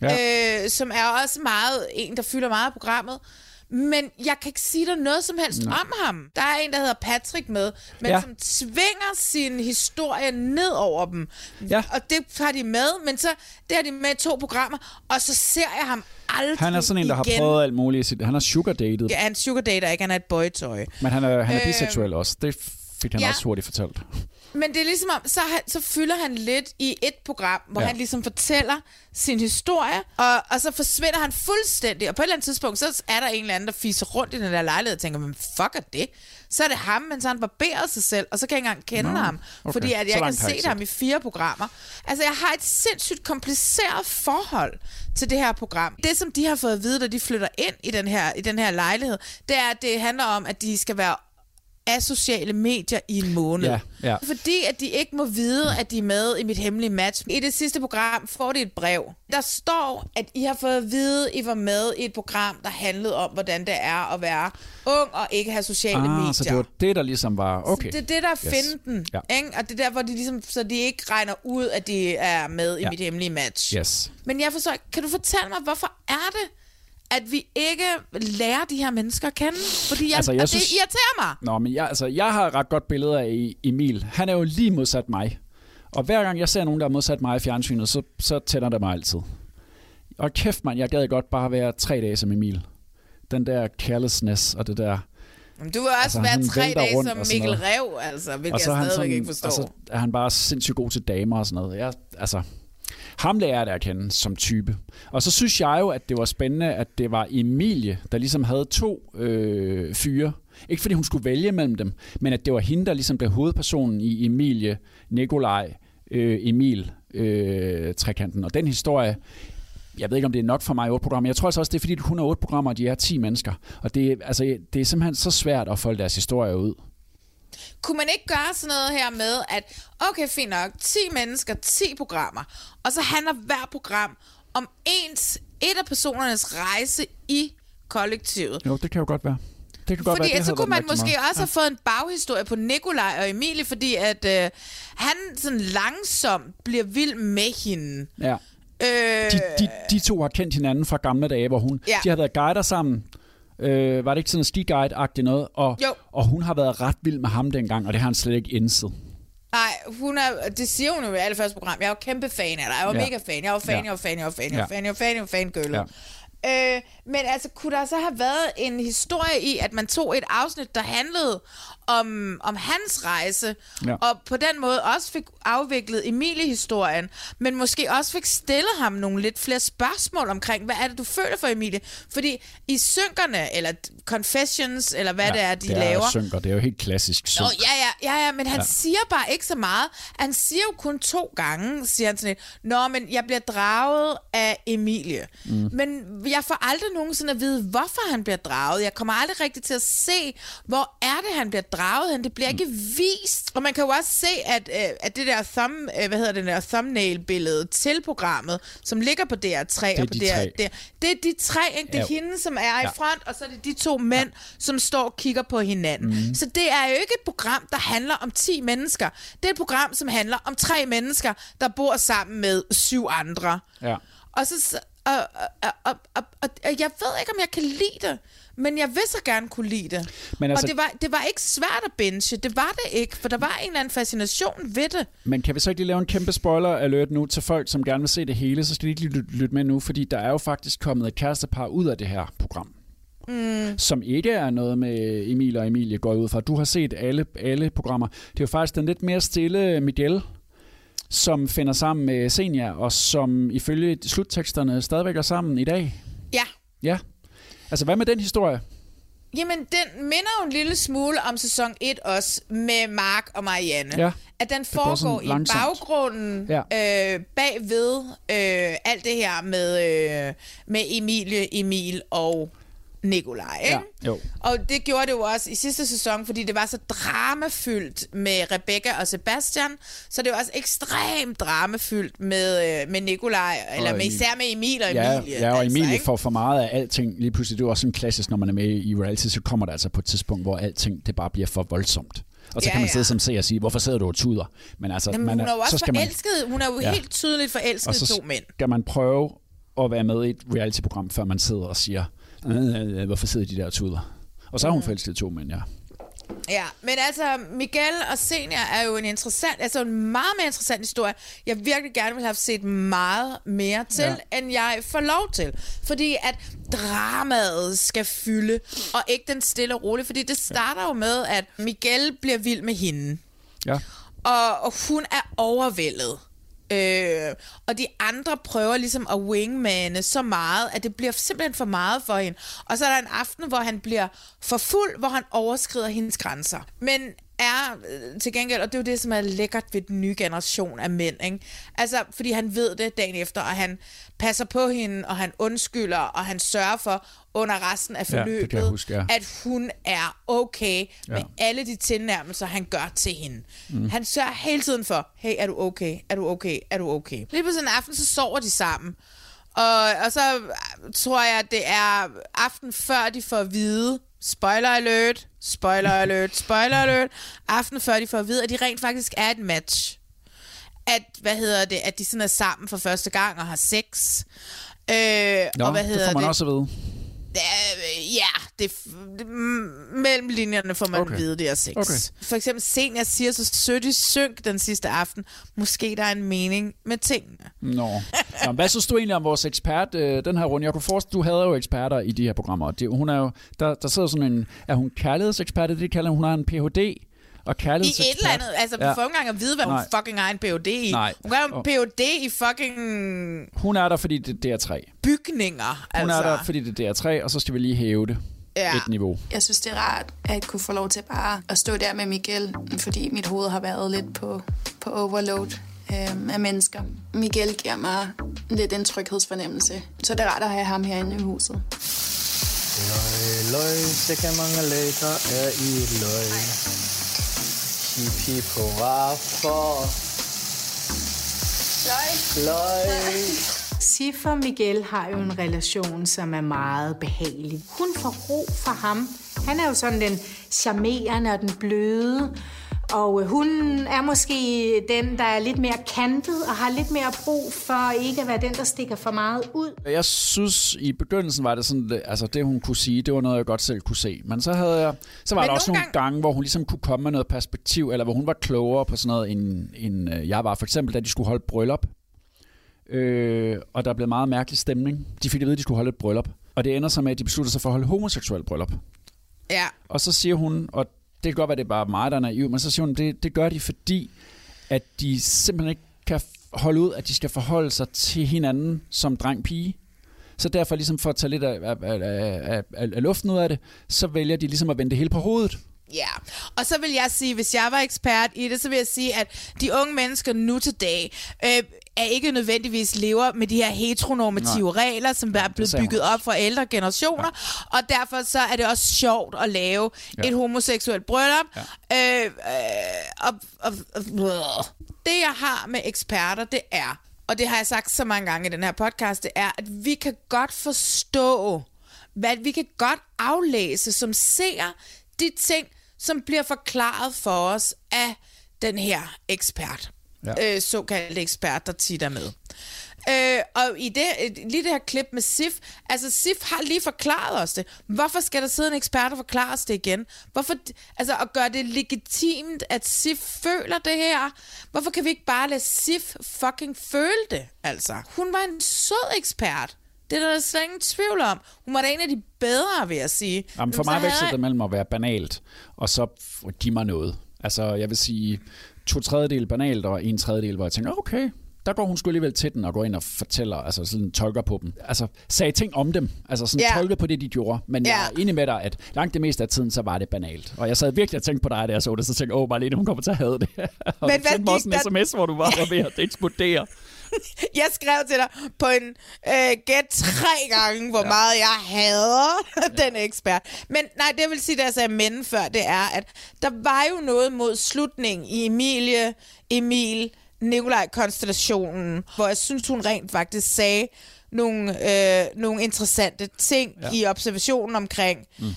som er også en, der fylder meget af programmet. Men jeg kan ikke sige dig noget som helst om ham. Der er en, der hedder Patrick med, men som tvinger sin historie ned over dem. Ja. Og det har de med, men så det har de med 2 programmer, og så ser jeg ham aldrig Han er sådan en, der har prøvet alt muligt. Han har sugardated. Ja, han sugardater ikke, han er et boytøj. Men han er biseksuel også. Det fik han også hurtigt fortalt. Men det er ligesom om, så fylder han lidt i et program, hvor han ligesom fortæller sin historie, og så forsvinder han fuldstændig. Og på et eller andet tidspunkt, så er der en eller anden, der fiser rundt i den der lejlighed og tænker, men fuck er det? Så er det ham, men så han barberet sig selv, og så kan jeg ikke engang kende ham. Okay. Fordi at jeg ikke har set ham i 4 programmer. Altså, jeg har et sindssygt kompliceret forhold til det her program. Det, som de har fået at vide, da de flytter ind i den her lejlighed, det er, at det handler om, at de skal være af sociale medier i en måned. Ja. Fordi at de ikke må vide, at de er med i Mit Hemmelige Match. I det sidste program får de et brev. Der står, at I har fået at vide, at I var med i et program, der handlede om, hvordan det er at være ung og ikke have sociale medier. Så det var det, der ligesom var okay. Så det er det, der er finden. Ikke? Og det er der, hvor de ligesom, så de ikke regner ud, at de er med i Mit Hemmelige Match. Yes. Men jeg forstår, kan du fortælle mig, hvorfor er det, at vi ikke lærer de her mennesker at kende? Fordi det irriterer mig. Nå, men jeg har ret godt billeder af Emil. Han er jo lige modsat mig. Og hver gang jeg ser nogen, der er modsat mig i fjernsynet, så tænder det mig altid. Og kæft, man, jeg gad godt bare være 3 dage som Emil. Den der carelessness og det der... Du vil også være 3 dage som Mikkel Rev, altså, hvilket jeg stadigvæk ikke forstår. Og så er han bare sindssygt god til damer og sådan noget. Ham lærer jeg det at kende som type. Og så synes jeg jo, at det var spændende, at det var Emilie, der ligesom havde 2 fyre. Ikke fordi hun skulle vælge mellem dem, men at det var hende, der ligesom blev hovedpersonen i Emilie, Nikolaj, Emil trekanten. Og den historie, jeg ved ikke, om det er nok for mig i 8 programmer. Jeg tror altså også, det er fordi, hun er 8 programmer, og de er 10 mennesker. Og det er simpelthen så svært at folde deres historie ud. Kunne man ikke gøre sådan noget her med, at okay, fint nok, 10 mennesker, 10 programmer, og så handler hver program om et af personernes rejse i kollektivet? Jo, det kan jo godt være. Fordi så kunne man måske også have fået en baghistorie på Nikolaj og Emilie, fordi at han sådan langsomt bliver vild med hende. Ja. De 2 har kendt hinanden fra gamle dage, hvor de har været guider sammen. Var det ikke sådan en ski-guide-agtigt noget? Og hun har været ret vild med ham dengang, og det har han slet ikke indset. Nej, det siger hun jo i allerførste program. Jeg er jo kæmpe fan af dig. Jeg var mega fan. Jeg var fangirl. Men altså, kunne der så have været en historie i, at man tog et afsnit, der handlede om hans rejse, og på den måde også fik afviklet Emilie-historien, men måske også fik stillet ham nogle lidt flere spørgsmål omkring, hvad er det, du føler for Emilie? Fordi i synkerne, eller Confessions, eller hvad det er, de laver... Ja, synker. Det er jo helt klassisk synk. Ja, men han siger bare ikke så meget. Han siger jo kun 2 gange, siger han sådan lidt, men jeg bliver draget af Emilie. Men jeg får aldrig nogensinde at vide, hvorfor han bliver draget. Jeg kommer aldrig rigtig til at se, hvor er det, han bliver draget hen. Det bliver ikke vist. Og man kan jo også se, at det der thumbnail-billede til programmet, som ligger på DR3, det er og på det er de 3, ikke? Det er hende, som er i front, og så er det de 2 mænd, som står og kigger på hinanden. Så det er jo ikke et program, der handler om 10 mennesker. Det er et program, som handler om 3 mennesker, der bor sammen med 7 andre. Ja. Og så... Og jeg ved ikke, om jeg kan lide det, men jeg vil så gerne kunne lide det. Men altså, og det var ikke svært at binge. Det var det ikke, for der var en eller anden fascination ved det. Men kan vi så ikke lige lave en kæmpe spoiler alert nu til folk, som gerne vil se det hele, så skal de ikke lige lytte med nu, fordi der er jo faktisk kommet et kærestepar ud af det her program. Som ikke er noget med Emil og Emilie går ud fra. Du har set alle programmer. Det er jo faktisk den lidt mere stille Miguel, som finder sammen med Senja, og som ifølge slutteksterne stadigvæk er sammen i dag. Ja. Ja. Altså, hvad med den historie? Jamen, den minder jo en lille smule om sæson 1 også, med Mark og Marianne. Ja. At den foregår i baggrunden, bagved alt det her med Emilie, Emil og Nikolaj, ikke? Ja, jo. Og det gjorde det jo også i sidste sæson, fordi det var så dramafyldt med Rebecca og Sebastian, så det var også ekstremt dramafyldt med Nikolaj, eller især med Emil og Emilie. Ja, og altså, Emilie får for meget af alting. Lige pludselig, det er jo også sådan klassisk, når man er med i reality, så kommer der altså på et tidspunkt, hvor alting det bare bliver for voldsomt. Og så kan man sidde som se og sige, hvorfor sidder du og tuder? Men altså, hun er jo også forelsket. Hun er jo helt tydeligt forelsket i 2 mænd. Skal man prøve at være med i et reality-program, før man sidder og siger, hvorfor sidder de der og tuder? Og så har hun forelsket 2 mænd, ja. Ja, men altså, Miguel og Senja er jo en meget mere interessant historie. Jeg virkelig gerne vil have set meget mere til, end jeg får lov til. Fordi at dramaet skal fylde, og ikke den stille og roligt. Fordi det starter jo med, at Miguel bliver vild med hende. Ja. Og hun er overvældet. Og de andre prøver ligesom at wingmane så meget, at det bliver simpelthen for meget for hende. Og så er der en aften, hvor han bliver for fuld, hvor han overskrider hendes grænser. Men er til gengæld, og det er jo det, som er lækkert ved den nye generation af mænd, ikke? Altså, fordi han ved det dagen efter, og han passer på hende, og han undskylder, og han sørger for under resten af forløbet, at hun er okay med alle de tilnærmelser, han gør til hende. Han sørger hele tiden for, hey, er du okay? Er du okay? Er du okay? Lige på sådan en aften, så sover de sammen. Og så tror jeg, at det er aften før, de får at vide, spoiler alert, spoiler alert, spoiler alert, aften før de får at vide, at de rent faktisk er et match. At de sådan er sammen for første gang og har sex. Og det får man også at vide. Mellem linjerne får man at vide, det er sex. Okay. For eksempel Senja siger så sødt i synk den sidste aften, måske der er en mening med tingene. Nå, hvad synes du egentlig om vores ekspert den her runde? Jeg kunne forestille, du havde jo eksperter i de her programmer. Hun er jo, der sidder sådan en, er hun kærlighedsekspert, det kalder hun har en Ph.D. Og i et eller andet, altså vi får ikke engang at vide, hvad hun fucking har en Ph.D. i. Nej. Hun har en Ph.D. i fucking... Hun er der, fordi det er DR3. Bygninger, altså. Hun er der, fordi det er DR3, og så skal vi lige hæve det et niveau. Jeg synes, det er rart, at kunne få lov til bare at stå der med Miguel, fordi mit hoved har været lidt på overload af mennesker. Miguel giver mig lidt en tryghedsfornemmelse, så det er rart at have ham herinde i huset. Løg, det kan mange lægge er i løg. Hippie på raffer. Løg. Sif og Miguel har jo en relation, som er meget behagelig. Hun får ro for ham. Han er jo sådan den charmerende og den bløde. Og hun er måske den, der er lidt mere kantet og har lidt mere brug for ikke at være den, der stikker for meget ud. Jeg synes, i begyndelsen var det sådan, altså det hun kunne sige, det var noget, jeg godt selv kunne se. Men så var der også nogle gange, hvor hun ligesom kunne komme med noget perspektiv, eller hvor hun var klogere på sådan noget, end jeg var. For eksempel, da de skulle holde bryllup. Og der blev meget mærkelig stemning. De fik at vide, at de skulle holde et bryllup. Og det ender så med, at de besluttede sig for at holde homoseksuel bryllup. Ja. Og så siger hun, og det kan godt være, det er bare mig, der er naiv, men så siger hun, det gør de, fordi at de simpelthen ikke kan holde ud, at de skal forholde sig til hinanden som dreng-pige. Så derfor ligesom for at tage lidt af luften ud af det, så vælger de ligesom at vende det hele på hovedet. Ja, og så vil jeg sige, hvis jeg var ekspert i det, så vil jeg sige, at de unge mennesker nu til dag er ikke nødvendigvis lever med de her heteronormative regler, som er blevet bygget op fra ældre generationer, og derfor så er det også sjovt at lave et homoseksuelt bryllup. Det jeg har med eksperter, det er, og det har jeg sagt så mange gange i den her podcast, det er, at vi kan godt forstå, vi kan godt aflæse, som ser de ting, som bliver forklaret for os af den her ekspert. Såkaldte ekspert, der tit er med. Og i lige det her klip med Sif, altså Sif har lige forklaret os det. Hvorfor skal der sidde en ekspert og forklare os det igen? Hvorfor, altså at gøre det legitimt, at Sif føler det her? Hvorfor kan vi ikke bare lade Sif fucking føle det? Altså, hun var en sød ekspert. Det er der slet ingen tvivl om. Hun var da en af de bedre, vil jeg sige. Jamen, for mig vækster det mellem at være banalt, og så give mig noget. Altså, jeg vil sige 2/3 banalt, og 1/3, hvor jeg tænker, okay, der går hun sgu alligevel til den, og går ind og fortæller, altså sådan tolker på dem. Altså, sagde ting om dem. Altså sådan tolker på det, de gjorde. Men jeg er enig med dig, at langt det meste af tiden, så var det banalt. Og jeg sad virkelig og tænkte på dig, da jeg så det, så tænkte jeg, Marlene, hun kommer til at have det. Og men du sendte mig også en sms, hvor du var ved at eksplodere. Jeg skrev til dig på en gæt 3 gange, hvor meget jeg hader den ekspert. Men nej, det jeg vil sige, da jeg sagde mænd før, det er, at der var jo noget mod slutningen i Emil, Nikolaj-konstellationen, hvor jeg synes, hun rent faktisk sagde nogle interessante ting i observationen omkring.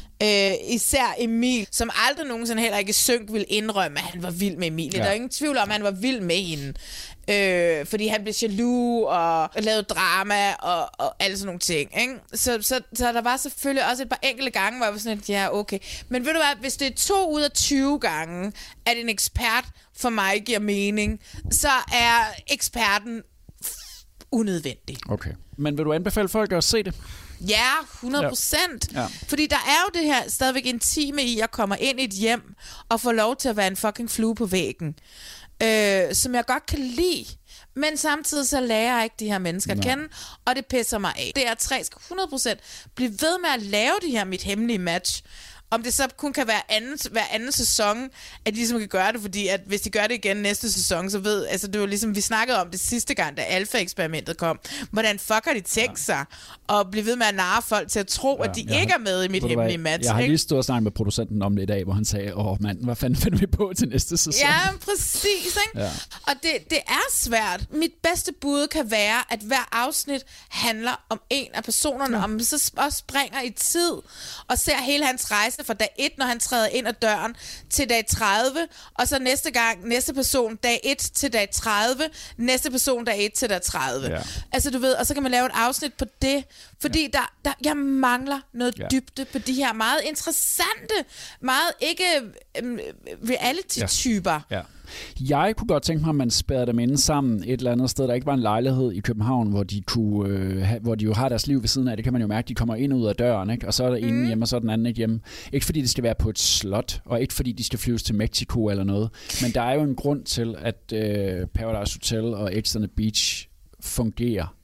Især Emil, som aldrig nogensinde heller ikke i synk ville indrømme, at han var vild med Emilie. Der er ingen tvivl om, at han var vild med hende. Fordi han blev jaloux og lavede drama og alle sådan nogle ting. Ikke? Så der var selvfølgelig også et par enkelte gange, hvor jeg var sådan, at ja, okay. Men ved du hvad, hvis det er 2 ud af 20 gange, at en ekspert for mig giver mening, så er eksperten unødvendig. Okay. Men vil du anbefale folk at se det? Ja, 100%. Ja. Fordi der er jo det her stadigvæk intime i at komme ind i et hjem og få lov til at være en fucking flue på væggen. Som jeg godt kan lide. Men samtidig så lærer jeg ikke de her mennesker at kende, og det pisser mig af. DR3 skal 100% blive ved med at lave de her mit hemmelige match. Om det så kun kan være hver anden sæson, at de ligesom kan gøre det, fordi at hvis de gør det igen næste sæson, så ved, altså det var ligesom, vi snakkede om det sidste gang, da Alpha-eksperimentet kom, hvordan fuck har de tænkt sig at blive ved med at narre folk til at tro, at de ikke er med i mit hemmelige match. Jeg har lige stået og snakket med producenten om det i dag, hvor han sagde, mand, hvad fanden finder vi på til næste sæson? Ja, præcis, ikke? Ja. Og det er svært. Mit bedste bud kan være, at hver afsnit handler om en af personerne, om så også springer i tid, og ser hele hans rejse fra dag 1, når han træder ind ad døren, til dag 30, og så næste person dag 1 til dag 30, næste person dag 1 til dag 30. Ja. Altså du ved, og så kan man lave et afsnit på det, fordi jeg mangler noget dybde på de her meget interessante, meget ikke reality-typer. Ja. Jeg kunne godt tænke mig, at man spærrede dem inde sammen et eller andet sted, der ikke var en lejlighed i København, hvor de kunne, hvor de jo har deres liv ved siden af. Det kan man jo mærke, de kommer ind og ud af døren, ikke? Og så er der ene hjemme, og så er den anden ikke hjemme. Ikke fordi det skal være på et slot, og ikke fordi de skal flyves til Mexico eller noget. Men der er jo en grund til, at Paradise Hotel og Ex on the Beach fungerer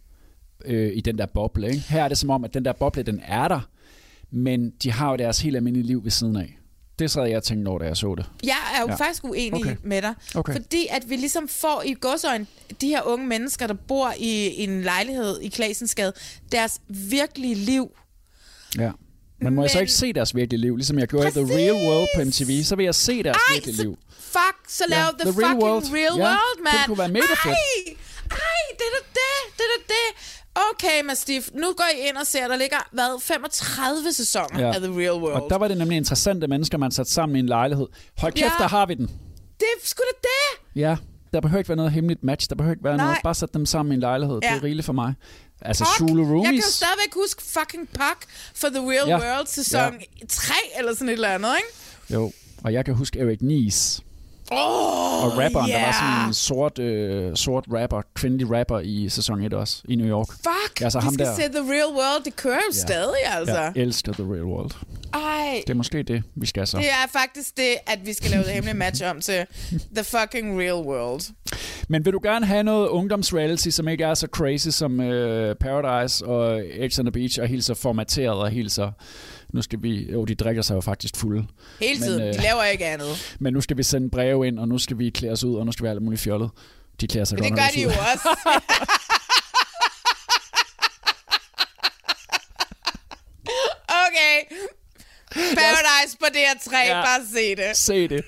i den der boble, ikke? Her er det som om, at den der boble, den er der, men de har jo deres helt almindelige liv ved siden af. Det sad jeg tænkte over, da jeg så det. Jeg er jo faktisk uenig med dig. Okay. Fordi at vi ligesom får i godsøjne de her unge mennesker, der bor i en lejlighed i Klasensgade, deres virkelige liv. Ja. Men må jeg så ikke se deres virkelige liv? Ligesom jeg gjorde i The Real World på MTV, så vil jeg se deres virkelige liv. Så lav The fucking Real World, man. Det kunne være mega fedt. Det er det. Okay, Mastiff, nu går I ind og ser, der ligger, 35 sæsoner af The Real World. Og der var det nemlig interessante mennesker, man satte sammen i en lejlighed. Hold kæft, der har vi den. Det er sgu da det. Ja, der behøver ikke være noget hemmeligt match, der behøver ikke være noget, bare sætte dem sammen i en lejlighed. Det er rigeligt for mig. Altså Zulu Roomies. Jeg kan jo stadigvæk huske fucking Puck for The Real World sæson 3 eller sådan et eller andet, ikke? Jo, og jeg kan huske Eric Nies. Og rapperen, der var sådan en sort rapper, kvindelig rapper i sæson 1 også, i New York. Fuck, altså, vi skal se The Real World. Det kører jo stadig, altså. Jeg elsker The Real World. Ej. Det er måske det, vi skal så. Det er faktisk det, at vi skal lave det hemmelige match om til The fucking Real World. Men vil du gerne have noget ungdomsreality, som ikke er så crazy som Paradise og X on the Beach, og helt så formateret og helt så... Nu skal vi... Jo, de drikker sig jo faktisk fulde. Hele tiden. De laver ikke andet. Men nu skal vi sende breve ind, og nu skal vi klæde os ud, og nu skal vi have alt muligt fjollet. De klæder sig men godt. Det gør de jo også. Okay. Paradise på DR3. Bare se det. Se det.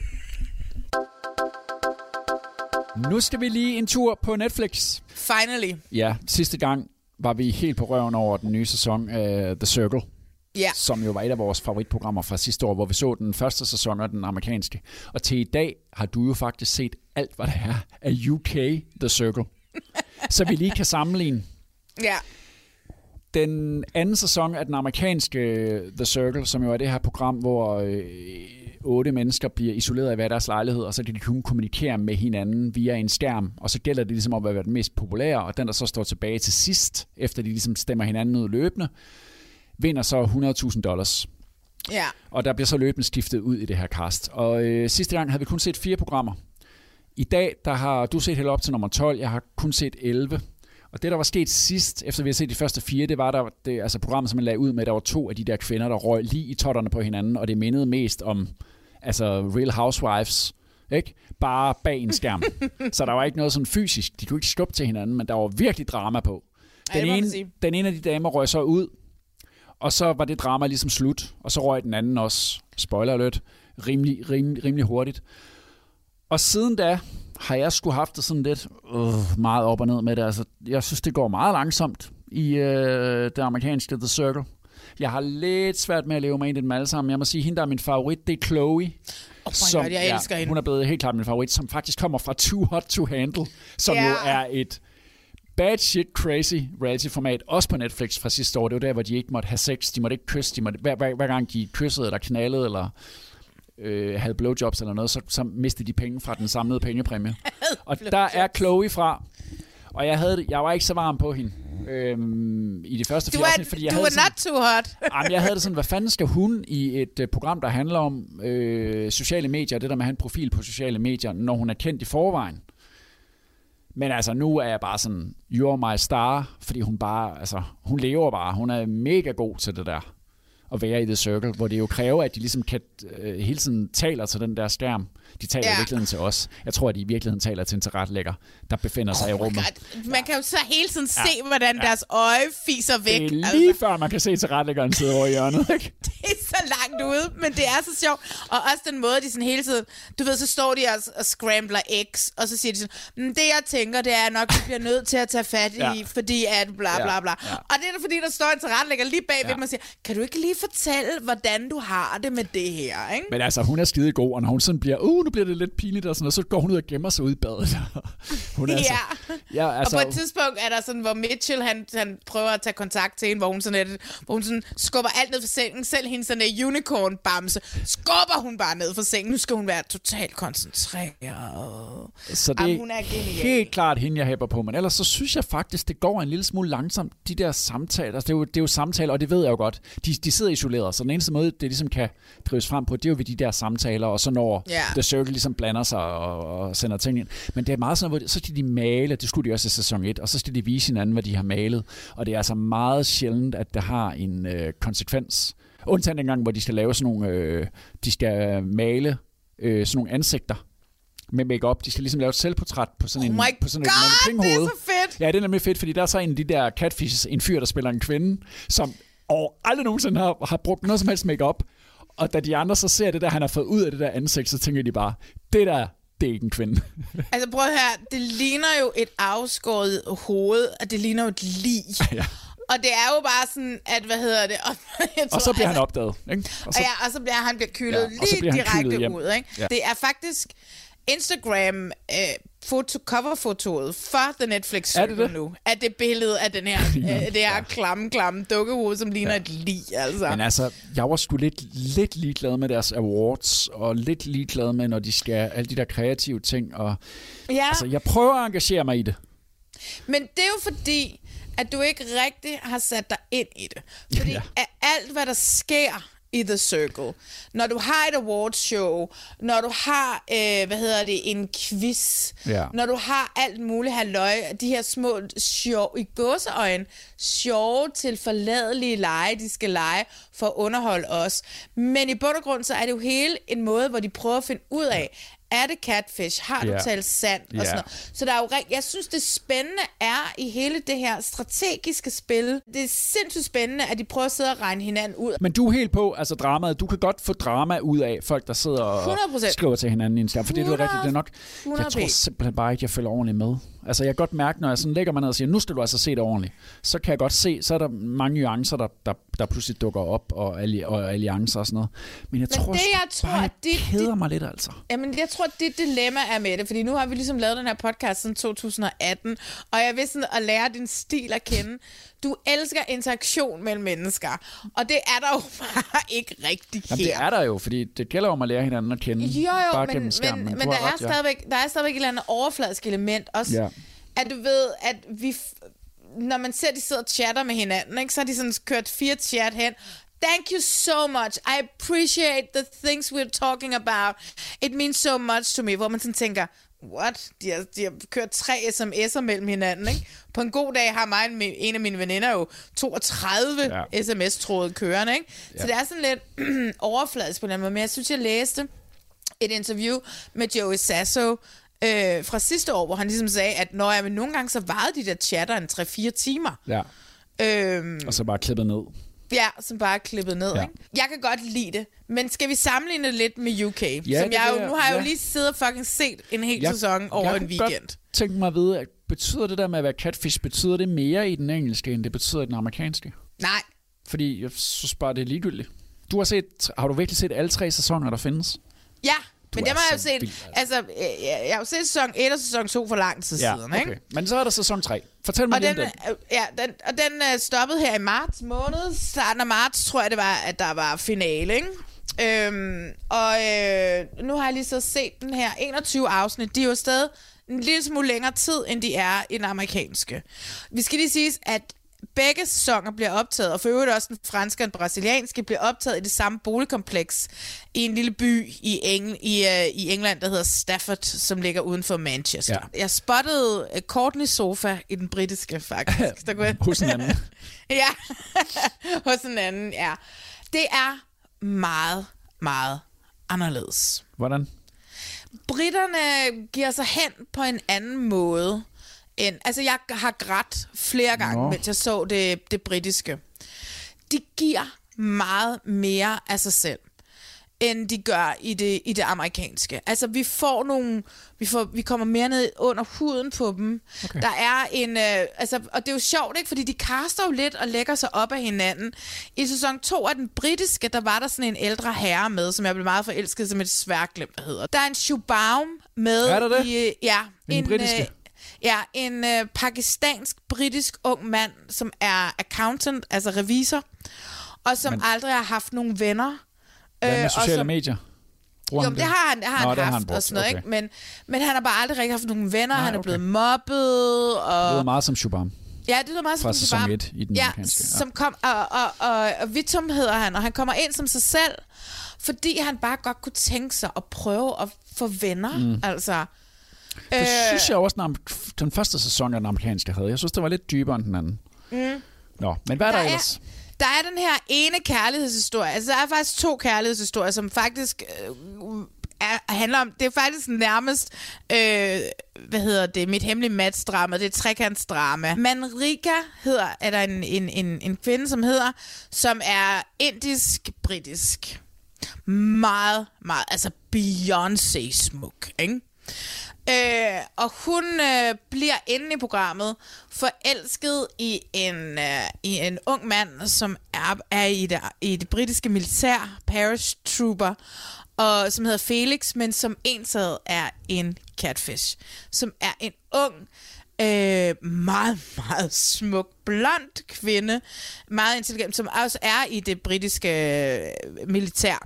Nu skal vi lige en tur på Netflix. Finally. Ja, sidste gang var vi helt på røven over den nye sæson af The Circle. Yeah. Som jo var et af vores favoritprogrammer fra sidste år, hvor vi så den første sæson af den amerikanske. Og til i dag har du jo faktisk set alt, hvad der er af UK The Circle. Så vi lige kan sammenligne. Ja. Yeah. Den anden sæson af den amerikanske The Circle, som jo er det her program, hvor 8 mennesker bliver isoleret af hver deres lejlighed, og så kan de kun kommunikere med hinanden via en skærm, og så gælder det ligesom om at være den mest populære, og den, der så står tilbage til sidst, efter de ligesom stemmer hinanden ud løbende, vinder så $100,000. Ja. Og der bliver så løbende skiftet ud i det her cast. Og sidste gang havde vi kun set 4 programmer. I dag, der har du set helt op til nummer 12, jeg har kun set 11. Og det, der var sket sidst, efter vi har set de første 4, det var altså programmet, som man lagde ud med, der var 2 af de der kvinder, der røg lige i totterne på hinanden, og det mindede mest om altså Real Housewives, ikke? Bare bag en skærm. Så der var ikke noget sådan fysisk. De kunne ikke skubbe til hinanden, men der var virkelig drama på. Den ene af de damer røg så ud, og så var det drama ligesom slut, og så røg den anden også, spoiler alert, rimelig hurtigt. Og siden da har jeg sgu haft det sådan lidt meget op og ned med det. Altså, jeg synes, det går meget langsomt i det amerikanske The Circle. Jeg har lidt svært med at leve mig ind i dem alle sammen. Jeg må sige, hende der er min favorit, det er Chloe. God, jeg elsker hende. Hun er blevet helt klart min favorit, som faktisk kommer fra Too Hot to Handle, som jo er et bad shit crazy reality-format, også på Netflix fra sidste år. Det var der, hvor de ikke måtte have sex, de måtte ikke kysse, hver gang de kyssede eller knaldede, eller havde blowjobs eller noget, så mistede de penge fra den samlede pengepræmie. Og der er Chloe fra, og jeg var ikke så varm på hende i de første 4 afsnit, fordi jeg havde not too hot. Jeg havde det sådan, hvad fanden skal hun i et program, der handler om sociale medier, det der med at have en profil på sociale medier, når hun er kendt i forvejen. Men altså, nu er jeg bare sådan, you're my star, fordi hun lever bare, hun er mega god til det der. At være i The Circle, hvor det jo kræver, at de ligesom kan hele tiden taler til den der skærm. De taler i virkeligheden til os. Jeg tror, at de i virkeligheden taler til en tilrettelægger, der befinder sig i rummet. Man kan jo så hele tiden se, hvordan deres øje fiser væk. Det er lige før, man kan se tilrettelæggeren sidde over i hjørnet, ikke? Det er så langt ude, men det er så sjovt. Og også den måde, de sådan hele tiden... Du ved, så står de og scrambler X, og så siger de sådan, det jeg tænker, det er nok, vi bliver nødt til at tage fat i, fordi at bla bla bla. Ja. Og det er da fordi, der står en tilrettelægger lige bagved dem og siger, kan du ikke lige fortælle, hvordan du har det med det her, ikke? Men altså, hun er skide god, og når hun sådan bliver, nu bliver det lidt pinligt og sådan noget, så går hun ud og gemmer sig ud i badet. Hun er altså, og på et tidspunkt er der sådan, hvor Mitchell, han prøver at tage kontakt til hende, hvor hun sådan skubber alt ned for sengen, selv hende sådan en unicorn-bamse, skubber hun bare ned for sengen. Nu skal hun være totalt koncentreret. Så det hun er helt klart hende, jeg hæpper på, men ellers så synes jeg faktisk, det går en lille smule langsomt, de der samtaler. Altså, det er jo samtaler, og det ved jeg jo godt. De sidder isoleret, så den eneste måde, det ligesom kan drives frem på, det er jo ved de der samtaler, og så når The Circle ligesom blander sig og sender ting ind. Men det er meget sådan, hvor så skal de male, det skulle de også i sæson 1, og så skal de vise hinanden, hvad de har malet. Og det er altså meget sjældent, at det har en konsekvens. Undtagen en gang, hvor de skal lave sådan nogle, de skal male sådan nogle ansigter med make-up. De skal ligesom lave et selvportræt på sådan et mannequin-hoved. Det er så fedt! Ja, det er nemlig fedt, fordi der er så en af de der catfishes, en fyr, der spiller en kvinde, som aldrig nogensinde har brugt noget som helst make-up. Og da de andre så ser det der, han har fået ud af det der ansigt, så tænker de bare, det er ikke en kvinde. Altså prøv her, det ligner jo et afskåret hoved, og det ligner jo et lig. Ja. Og det er jo bare sådan, at, og så bliver han opdaget, ikke? Og så bliver han kølet lige direkte ud, ikke? Ja. Det er faktisk Instagram coverfotoet for The Netflix Circle nu, er det billede af den her, det her klamme dukkehoved, som ligner et lig, altså. Men altså, jeg var sgu lidt ligeglad med deres awards, og lidt ligeglad med, når de skal alle de der kreative ting, og altså, jeg prøver at engagere mig i det. Men det er jo fordi, at du ikke rigtig har sat dig ind i det. Fordi alt, hvad der sker i The Circle, når du har et awardshow, når du har, en quiz, når du har alt muligt halløj, de her små i gåseøjne, sjove, tilforladelige lege, de skal lege for at underholde os. Men i bund og grund, så er det jo hele en måde, hvor de prøver at finde ud af, er det catfish? Har du talt sandt? Og sådan noget. Så der er jo jeg synes, det spændende er i hele det her strategiske spil. Det er sindssygt spændende, at de prøver at sidde og regne hinanden ud. Men du er helt på, altså dramaet. Du kan godt få drama ud af folk, der sidder og 100%. Skriver til hinanden i en skærm. For det er rigtigt, det er nok. 100%. Jeg tror simpelthen bare ikke, jeg følger ordentligt med. Altså jeg kan godt mærke, når jeg sådan lægger mig ned og siger, nu skal du altså se det ordentligt. Så kan jeg godt se, så er der mange nuancer, der pludselig dukker op, og alliancer og sådan noget. Men jeg tror det keder mig lidt, altså. Jamen jeg tror, dit dilemma er med det, fordi nu har vi ligesom lavet den her podcast siden 2018, og jeg vil sådan at lære din stil at kende. Du elsker interaktion mellem mennesker, og det er der jo bare ikke rigtig her. Jamen, det er der jo, fordi det gælder om at lære hinanden at kende. Jo, men der er stadigvæk et eller andet overfladisk element også, at du ved, at vi, når man ser, de sidder og chatter med hinanden, ikke, så har de sådan kørt 4 chat hen. Thank you so much. I appreciate the things we're talking about. It means so much to me. Hvor man sådan tænker, what? De har kørt 3 sms'er mellem hinanden, ikke? På en god dag har en af mine veninder jo 32 sms-tråde kørende, ikke? Så det er sådan lidt overfladisk på den måde. Men jeg synes, jeg læste et interview med Joey Sasso fra sidste år, hvor han ligesom sagde, at nogle gange så varede de der chatter en 3-4 timer. Ja. Og så bare klippet ned. Ja, som bare er klippet ned. Ikke? Jeg kan godt lide det, men skal vi sammenligne det lidt med UK? Ja, nu har jeg jo lige siddet og fucking set en hel sæson over en weekend. Jeg kan tænke mig at vide, at betyder det der med at være catfish, betyder det mere i den engelske, end det betyder i den amerikanske? Nej. Fordi jeg synes bare, det er ligegyldigt. Har du virkelig set alle 3 sæsoner, der findes? Ja. Men det har jeg jo set, jeg har jo set sæson 1 og sæson 2 for lang tid siden, ikke? Men så er der sæson 3. Fortæl mig lige om den. Den stoppede her i marts måned. Starten af marts, tror jeg det var, at der var finale, ikke? Nu har jeg lige så set den her 21 afsnit. De er jo stadig en lille smule længere tid, end de er i den amerikanske. Vi skal lige sige, at begge sæsoner bliver optaget, og for øvrigt også den franske og den brasilianske, bliver optaget i det samme boligkompleks i en lille by i England, der hedder Stafford, som ligger uden for Manchester. Ja. Jeg spottede Courtney's sofa i den britiske, faktisk. Hos en anden. Ja, hos en anden, ja. Det er meget, meget anderledes. Hvordan? Britterne giver sig hen på en anden måde. Altså, jeg har grædt flere gange, mens jeg så det britiske. De giver meget mere af sig selv, end de gør i det amerikanske. Altså, vi kommer mere ned under huden på dem. Okay. Der er og det er jo sjovt, ikke? Fordi de kaster jo lidt og lægger sig op af hinanden. I sæson 2 af den britiske, der var der sådan en ældre herre med, som jeg blev meget forelsket, som et sværglemt, der hedder. Der er en Shubaum med. Er der det? En britiske? En pakistansk-britisk ung mand, som er accountant, altså revisor, og som aldrig har haft nogen venner. Hvad med sociale medier? Jo, det har han haft og sådan noget, ikke? Men han har bare aldrig rigtig haft nogen venner, han er blevet mobbet. Og det var meget som Shubham. Ja, det var meget som Shubham. Fra sæson 1 i den amerikanske. Som kom, og Vitum hedder han, og han kommer ind som sig selv, fordi han bare godt kunne tænke sig at prøve at få venner, altså. Det synes jeg også, den første sæson af den amerikanske havde. Jeg synes, det var lidt dybere end den anden. Nå, men hvad er der ellers? Der er den her ene kærlighedshistorie. Altså, der er faktisk 2 kærlighedshistorier, som faktisk handler om. Det er faktisk nærmest, Mit hemmelige Mats-drama. Det er et trekantsdrama. Manrika er der en kvinde, som er indisk-britisk. Meget, meget, altså Beyoncé smuk, ikke? Og hun bliver inde i programmet forelsket i en ung mand, som er i det britiske militær, paratrooper, og som hedder Felix, men som ensad er en catfish, som er en ung, meget, meget smuk, blond kvinde, meget intelligent, som også er i det britiske militær.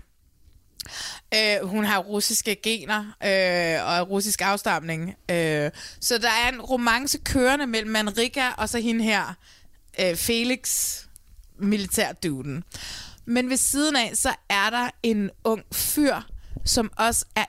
Hun har russiske gener og russisk afstamning. Så der er en romance kørende mellem Manrika og så hende her, Felix, militærduden. Men ved siden af, så er der en ung fyr, som også er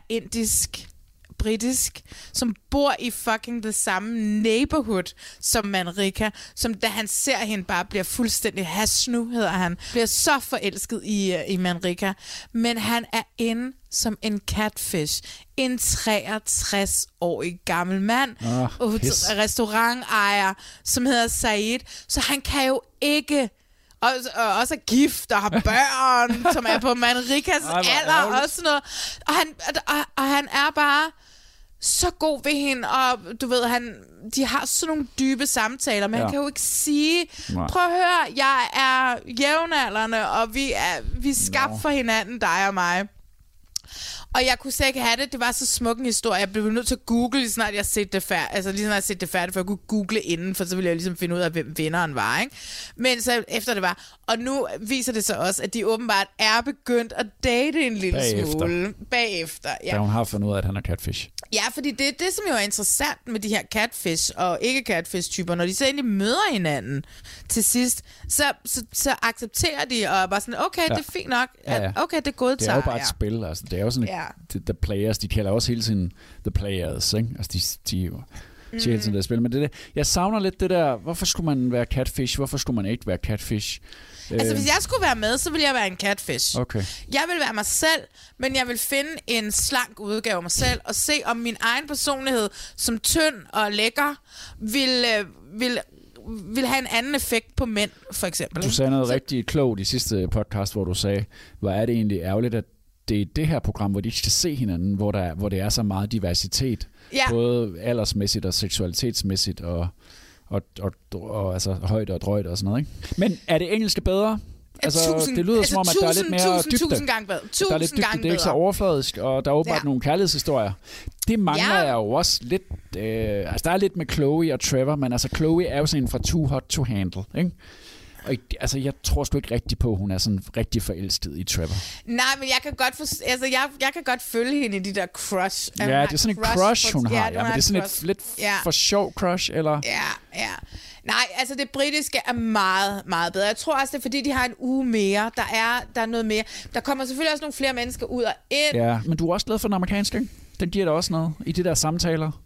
britisk, som bor i fucking det samme neighborhood som Manrika, som da han ser hende bare bliver fuldstændig hasnu, hedder han, bliver så forelsket i Manrika. Men han er inde som en catfish. En 63-årig gammel mand, restaurantejer, som hedder Said. Så han kan jo ikke... Og også er gift og har børn, som er på Manrikas alder og sådan noget. Og han er bare så god ved hende, og du ved, de har sådan nogle dybe samtaler, men han kan jo ikke sige, prøv at høre, jeg er jævnaldrende, og vi er skabt for hinanden, dig og mig. Og jeg kunne slet ikke have det. Det var så smuk en historie. Jeg blev nødt til at google, lige snart jeg set det færdigt. Altså lige snart jeg set det færdigt, for jeg kunne google inden, for så ville jeg ligesom finde ud af, hvem vinderen var, ikke? Men så efter det var. Og nu viser det sig også, at de åbenbart er begyndt at date en lille smule. Bagefter. Ja. Da hun har fundet ud af, at han er catfish. Ja, fordi det som jo er interessant med de her catfish og ikke-catfish-typer, når de så egentlig møder hinanden til sidst, så accepterer de og bare sådan, okay, det er fint nok. Okay, det godtager. Det er jo bare et spil. Altså, det er jo sådan the players, de kalder også hele tiden the players, ikke? Altså, de siger hele tiden det spil. Men det jeg savner lidt det der, hvorfor skulle man være catfish? Hvorfor skulle man ikke være catfish? Altså, hvis jeg skulle være med, så ville jeg være en catfish. Okay. Jeg vil være mig selv, men jeg vil finde en slank udgave af mig selv, og se om min egen personlighed, som tynd og lækker, vil have en anden effekt på mænd, for eksempel. Du sagde noget rigtig klogt i sidste podcast, hvor du sagde, hvor er det egentlig ærgerligt, at det er det her program, hvor de ikke skal se hinanden, hvor det er så meget diversitet. Ja. Både aldersmæssigt og seksualitetsmæssigt og altså højde og drøjde og sådan noget, ikke? Men er det engelske bedre? Altså, det lyder som om, at der er lidt mere dybde. Tusind gange bedre. Der er lidt dybde, det er ikke så overfladisk, og der er åbenbart nogle kærlighedshistorier. Det mangler jeg jo også lidt. Altså, der er lidt med Chloe og Trevor, men altså, Chloe er jo sådan fra too hot to handle, ikke? Og altså, jeg tror sgu ikke rigtig på, at hun er sådan rigtig forelsket i Trevor. Nej, men jeg kan godt følge hende i de der crush. Ja, det er sådan en crush, hun har. Ja, men det er sådan et lidt for sjov crush, eller? Ja. Nej, altså det britiske er meget, meget bedre. Jeg tror også, det er fordi, de har en uge mere. Der er noget mere. Der kommer selvfølgelig også nogle flere mennesker ud og ind. Ja, men du er også glad for den amerikanske, ikke? Den giver dig også noget i de der samtaler.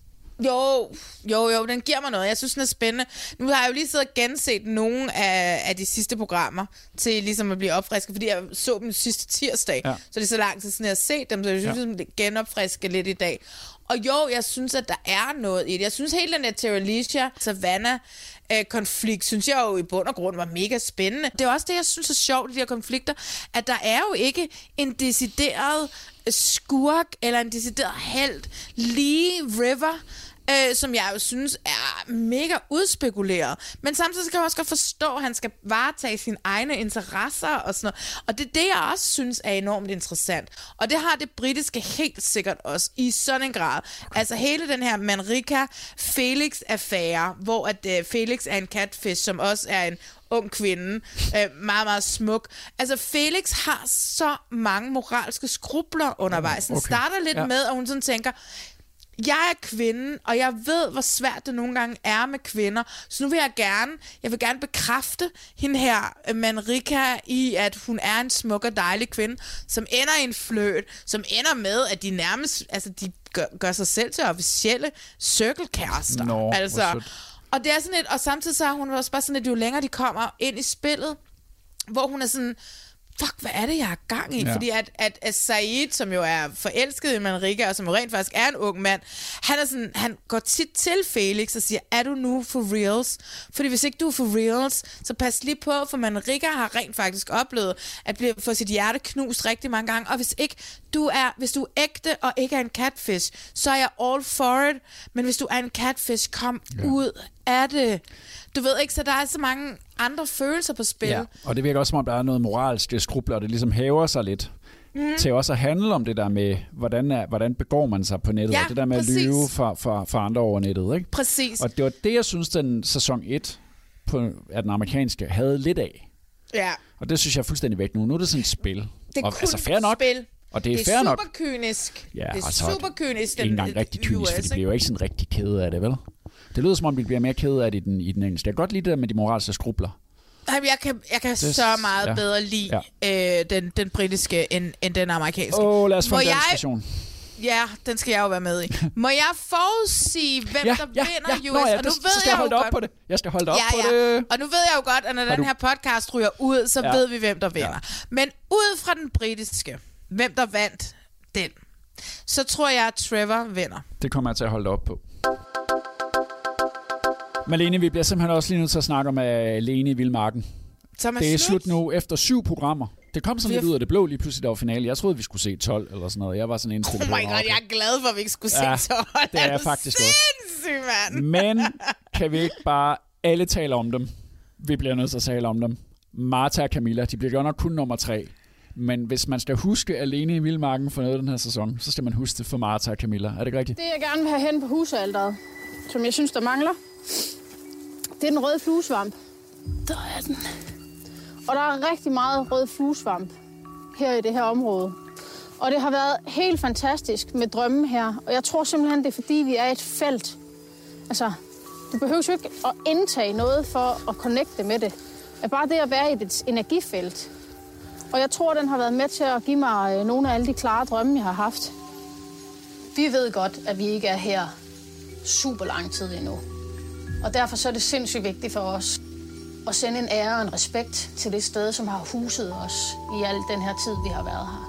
Jo, den giver mig noget. Jeg synes, den er spændende. Nu har jeg jo lige siddet og genset nogle af de sidste programmer, til ligesom at blive opfrisket, fordi jeg så dem sidste tirsdag, så det er så lang tid siden, jeg har set dem, så jeg synes, det genopfriske lidt i dag. Og jo, jeg synes, at der er noget i det. Jeg synes, hele den der Terry Alicia Savannah-konflikt, synes jeg jo i bund og grund var mega spændende. Det er også det, jeg synes er sjovt i de her konflikter, at der er jo ikke en decideret skurk eller en decideret helt lige River, som jeg jo synes er mega udspekuleret. Men samtidig kan jeg også godt forstå, at han skal varetage sine egne interesser og sådan noget. Og det er det, jeg også synes er enormt interessant. Og det har det britiske helt sikkert også i sådan en grad. Altså hele den her Manrika-Felix-affære, hvor at Felix er en catfish, som også er en ung kvinde, meget, meget smuk. Altså, Felix har så mange moralske skrubler undervejs. Den starter lidt med, at hun sådan tænker, jeg er kvinde, og jeg ved, hvor svært det nogle gange er med kvinder, så nu vil jeg gerne bekræfte hende her, Manrika, i at hun er en smuk og dejlig kvinde, som ender i en fløjt, som ender med, at de nærmest, altså de gør sig selv til officielle cirkelkærester. Altså, og det er sådan et, og samtidig så er hun også bare sådan, at jo længere de kommer ind i spillet, hvor hun er sådan, fuck, hvad er det, jeg har gang i? Ja. Fordi at Said, som jo er forelsket i Manrika, og som jo rent faktisk er en ung mand, han går tit til Felix og siger, er du nu for reals? Fordi hvis ikke du er for reals, så pas lige på, for Manrika har rent faktisk oplevet at få sit hjerte knust rigtig mange gange, og hvis ikke hvis du er ægte og ikke er en catfish, så er jeg all for it. Men hvis du er en catfish, kom ud af det. Du ved ikke, så der er så mange andre følelser på spil. Ja, og det virker også, som om der er noget moralsk skrubler, og det ligesom hæver sig lidt til også at handle om det der med, hvordan begår man sig på nettet, og det der med at lyve for andre over nettet. Ikke? Præcis. Og det var det, jeg synes, den sæson 1 af den amerikanske havde lidt af. Ja. Og det synes jeg er fuldstændig væk nu. Nu er det sådan et spil. Det er og, kun altså, fair nok. spil. Og det er fair nok. Super kynisk. Ja, det er altså, super kynisk. Ikke engang rigtig kynisk, for de bliver jo ikke sådan rigtig kede af det, vel? Det lyder som om, de bliver mere kede af det i den engelske. Jeg kan godt lide det der med de moralske skrubler. Jeg kan så meget bedre lide den britiske end den amerikanske. Lad os få en dansk version. Ja, den skal jeg jo være med i. Må jeg forudsige, hvem der vinder US? Og nu ved jeg holde op på det. Jeg skal holde op på det. Og nu ved jeg jo godt, at når den her podcast ryger ud, så ved vi, hvem der vinder. Ja. Men ud fra den britiske, hvem der vandt den, så tror jeg, at Trevor vinder. Det kommer jeg til at holde op på. Malene, vi bliver simpelthen også lige nødt til at snakke om Lene i Vildmarken. Det er slut nu efter 7 programmer. Det kom sådan lidt ud af det blå lige pludselig, der var finale. Jeg troede, vi skulle se 12 eller sådan noget. Jeg var sådan indstillet på. Oh my god, jeg er glad for, at vi ikke skulle se 12. Det er jeg faktisk sindssygt, også. Men kan vi ikke bare alle tale om dem? Vi bliver nødt til at tale om dem. Martha og Camilla, de bliver godt nok kun nummer 3. Men hvis man skal huske Alene i Vildmarken for noget den her sæson, så skal man huske det for Martha og Camilla. Er det ikke rigtigt? Det, jeg gerne vil have hen på husalteret, som jeg synes, der mangler, det er den røde fluesvamp. Der er den. Og der er rigtig meget rød fluesvamp her i det her område. Og det har været helt fantastisk med drømme her. Og jeg tror simpelthen, det er fordi, vi er et felt. Altså, du behøver jo ikke at indtage noget for at connecte med det. Det er bare det at være i et energifelt. Og jeg tror, den har været med til at give mig nogle af alle de klare drømme, jeg har haft. Vi ved godt, at vi ikke er her super lang tid endnu. Og derfor så er det sindssygt vigtigt for os at sende en ære og en respekt til det sted, som har huset os i al den her tid, vi har været her.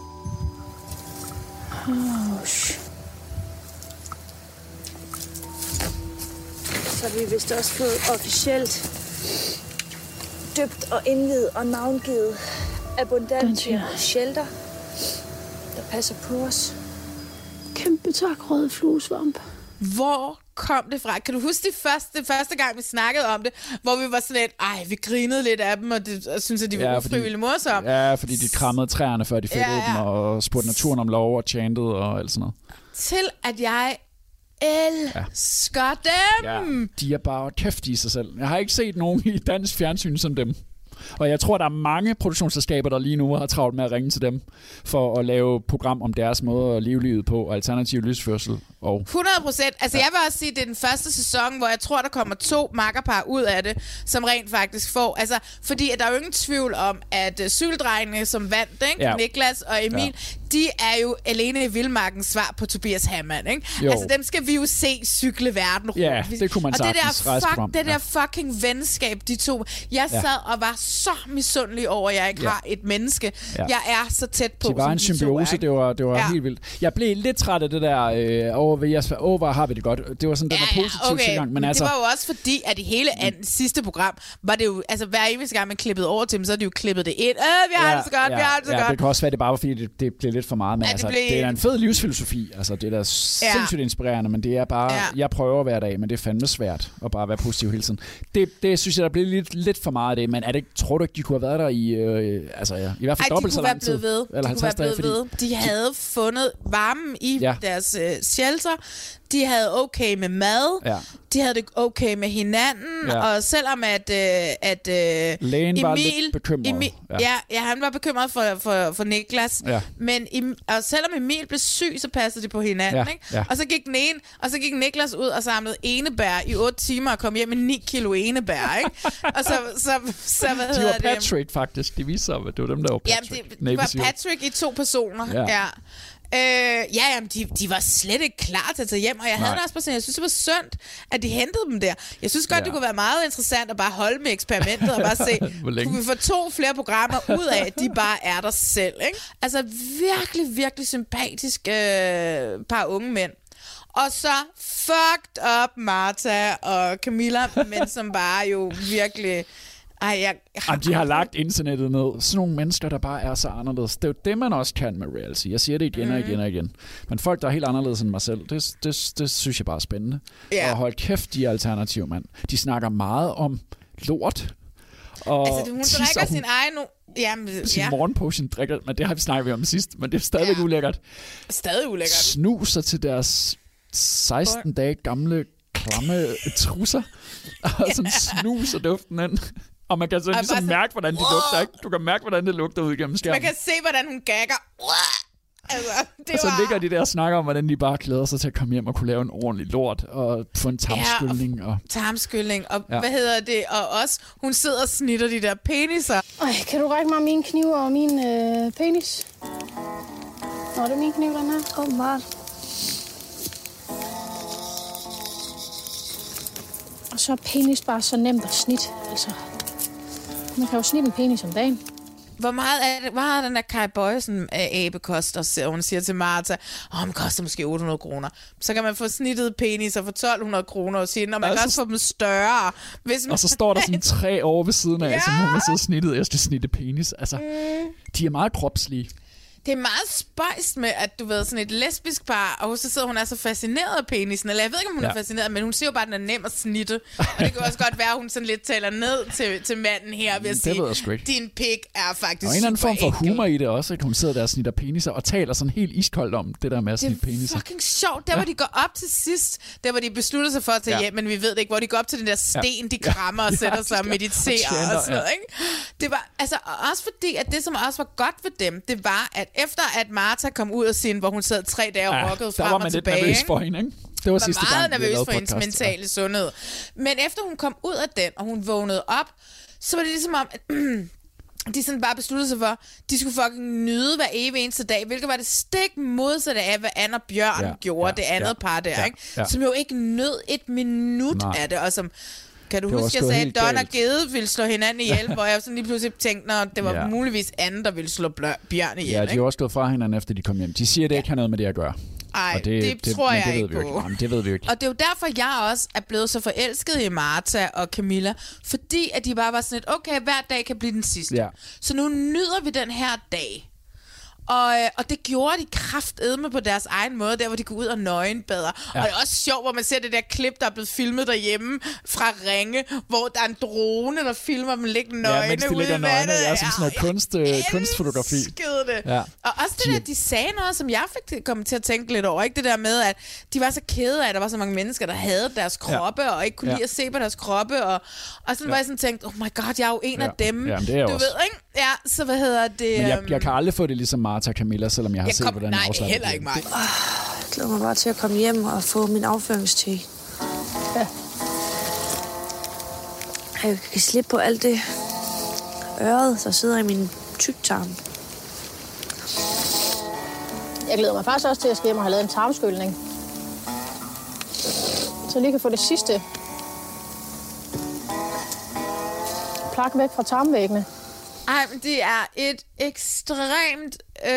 Så har vi vist også fået officielt døbt og indviet og navngivet Abundantia Shelter, der passer på os. Kæmpe tak, røde fluesvamp. Hvor kom det fra? Kan du huske det første gang, vi snakkede om det, hvor vi var sådan lidt, vi grinede lidt af dem, og syntes, at de var ufrivilligt morsomme? Ja, fordi de krammede træerne, før de fældede dem, og spurgte naturen om lov og chantede og alt sådan noget. Til at jeg elsker dem! Ja, de er bare kæftige i sig selv. Jeg har ikke set nogen i dansk fjernsyn som dem. Og jeg tror, der er mange produktionsselskaber, der lige nu har travlt med at ringe til dem, for at lave program om deres måde at leve livet på, og alternativ livsførsel. 100%. Altså jeg vil også sige, at det er den første sæson, hvor jeg tror, der kommer 2 makkerpar ud af det, som rent faktisk får. Altså, fordi at der er jo ingen tvivl om, at cykeldrengene, som vandt, ikke? Ja. Niklas og Emil, de er jo Alene i Vildmarkens svar på Tobias Hamann, ikke? Jo. Altså dem skal vi jo se cykle verden rundt. Ja, det kunne man sagtens rejse frem. Det der fucking venskab, de to. Jeg sad og var så misundelig over, at jeg ikke har et menneske. Ja. Jeg er så tæt på, det var en symbiose, det var helt vildt. Jeg blev lidt træt af det der hvor har vi det godt. Det var sådan, den var positiv tilgang. Men altså, det var jo også fordi, at i hele sidste program, var det jo, altså hver eneste gang man klippede over til dem, så er de jo klippet det ind. Vi har det så godt, vi har det så godt. Det kan også være, det bare var fordi, det blev lidt for meget. Men altså, det er en fed livsfilosofi. Altså, det er da sindssygt inspirerende, men det er bare, jeg prøver hver dag, men det er fandme svært at bare være positiv hele tiden. Det synes jeg, der blev lidt for meget af det, men tror du ikke, de kunne have været der i, i hvert fald dobbelt så lang tid? De kunne være blevet ved. De havde fundet varmen i deres shelter. De havde okay med mad. De havde det okay med hinanden. Og selvom at lægen var lidt bekymret. Han var bekymret for Niklas. Men og selvom Emil blev syg, så passede de på hinanden. Ikke? Og så gik Niklas ud og samlede enebær i 8 timer og kom hjem med 9 kilo enebær. Ikke? Og så hvad de var Patrick faktisk. De viser, at det var dem, der var Patrick. Det var Patrick i 2 personer. De var slet ikke klar til at tage hjem, og jeg havde også bare sådan, jeg synes, det var synd, at de hentede dem der. Jeg synes godt, det kunne være meget interessant at bare holde med eksperimentet og bare se, kunne vi få 2 flere programmer ud af, at de bare er der selv, ikke? Altså virkelig, virkelig sympatisk par unge mænd. Og så fucked up Martha og Camilla, men som bare jo virkelig... De har lagt internettet ned. Sådan nogle mennesker, der bare er så anderledes. Det er jo det, man også kan med reality. Jeg siger det igen og igen og igen. Men folk, der er helt anderledes end mig selv, det synes jeg bare er spændende. Og hold kæft, de er alternative, mand. De snakker meget om lort. Og hun drikker sin egen... sin morgenpotion drikker, men det har vi snakket om sidst, men det er stadigvæk ulækkert. Stadig ulækkert. Snuser til deres 16 dage gamle klamme trusser, og sådan snuser duften ind. Og man kan så ligesom mærke, hvordan de lugter, ikke? Du kan mærke, hvordan det lugter ud igennem skærmen. Man kan se, hvordan hun gagger. Altså, og så ligger de der og snakker om, hvordan de bare glæder sig til at komme hjem og kunne lave en ordentlig lort og få en tarmskyldning. Tarmskyldning. Og hvad hedder det? Og også, hun sidder og snitter de der peniser. Kan du række mig min kniv og min penis? Nå, det er min kniv, den her. Åbenbart. Og så er penis bare så nemt at snitte. Altså, man kan jo snitte en penis om dagen. Hvor meget er den der Kai Bøjsen abe koster, hun siger til Martha, den koster måske 800 kroner. Så kan man få snittet peniser for 1200 kroner og sige, når man kan også få dem større. Og så står der sådan 3 år ved siden af, som hun har siddet snittet. Jeg skal snitte penis. Altså, de er meget kropslige. Det er meget spøjst med, at du ved, sådan et lesbisk par, og så sidder hun er så fascineret af penisen, eller jeg ved ikke, om hun er fascineret, men hun siger jo bare, at den er nem at snitte. Og det kan også godt være, at hun sådan lidt taler ned til manden her ved at sige, din pik er faktisk og en eller anden form for humor i det også, ikke? Hun sidder der og snitter peniser og taler sådan helt iskoldt om det der med at snitte peniser. Det er fucking sjovt. Der hvor de går op til sidst, der hvor de beslutter sig for at tage hjem, men vi ved det ikke, hvor de går op til den der sten, de krammer og sætter sig og mediterer og sådan noget, ikke? Det var, altså, også fordi, at det som også var godt ved dem, det var, at efter at Martha kom ud af sin, hvor hun sad 3 dage og rockede frem og tilbage. Der var man lidt nervøs for hende, ikke? Det var sidste gang, meget nervøs for hendes mentale sundhed. Men efter hun kom ud af den, og hun vågnede op, så var det ligesom om, at de sådan bare besluttede sig for, de skulle fucking nyde hver evig eneste dag, hvilket var det stik modsatte af, hvad Anne og Bjørn gjorde, det andet par der, ikke? Som jo ikke nød et minut af det, og som... Kan du huske, jeg sagde, at Don og Gede ville slå hinanden ihjel, hvor jeg sådan lige pludselig tænkte, at det var muligvis Anne, der ville slå Bjørn ihjel. Ja, de har også gået fra hinanden, efter de kom hjem. De siger, at det ikke har noget med det at gøre. Ej, det tror jeg ikke på. Jamen, det ved vi jo ikke. Og det er jo derfor, jeg også er blevet så forelsket i Martha og Camilla, fordi at de bare var sådan lidt, okay, hver dag kan blive den sidste. Ja. Så nu nyder vi den her dag. Og det gjorde de kraftedme på deres egen måde, der hvor de går ud og nøgenbader. Ja. Og det er også sjovt, hvor man ser det der klip, der er blevet filmet derhjemme fra Ringe, hvor der er en drone, der filmer dem ligge nøgne ude i vandet. Ja, som sådan noget kunstfotografi. Det. Ja. Og også det der, de sagde noget, som jeg fik kommet til at tænke lidt over. Ikke det der med, at de var så kede af, at der var så mange mennesker, der havde deres kroppe, og ikke kunne lide at se på deres kroppe. Og sådan var jeg sådan tænkt, oh my god, jeg er jo en af dem. Jamen, det er du også. Ved, ikke? Ja, så hvad hedder det? Men jeg kan aldrig få det ligesom Martha og Camilla, selvom jeg har set, hvordan nej, heller ikke mig. Jeg glæder mig bare til at komme hjem og få min afføringste. Ja. Jeg kan slippe på alt det øret, der sidder i min tyktarm. Jeg glæder mig faktisk også til at skal hjem og have lavet en tarmskyldning. Så lige kan få det sidste plak væk fra tarmvæggene. Ej, men det er et ekstremt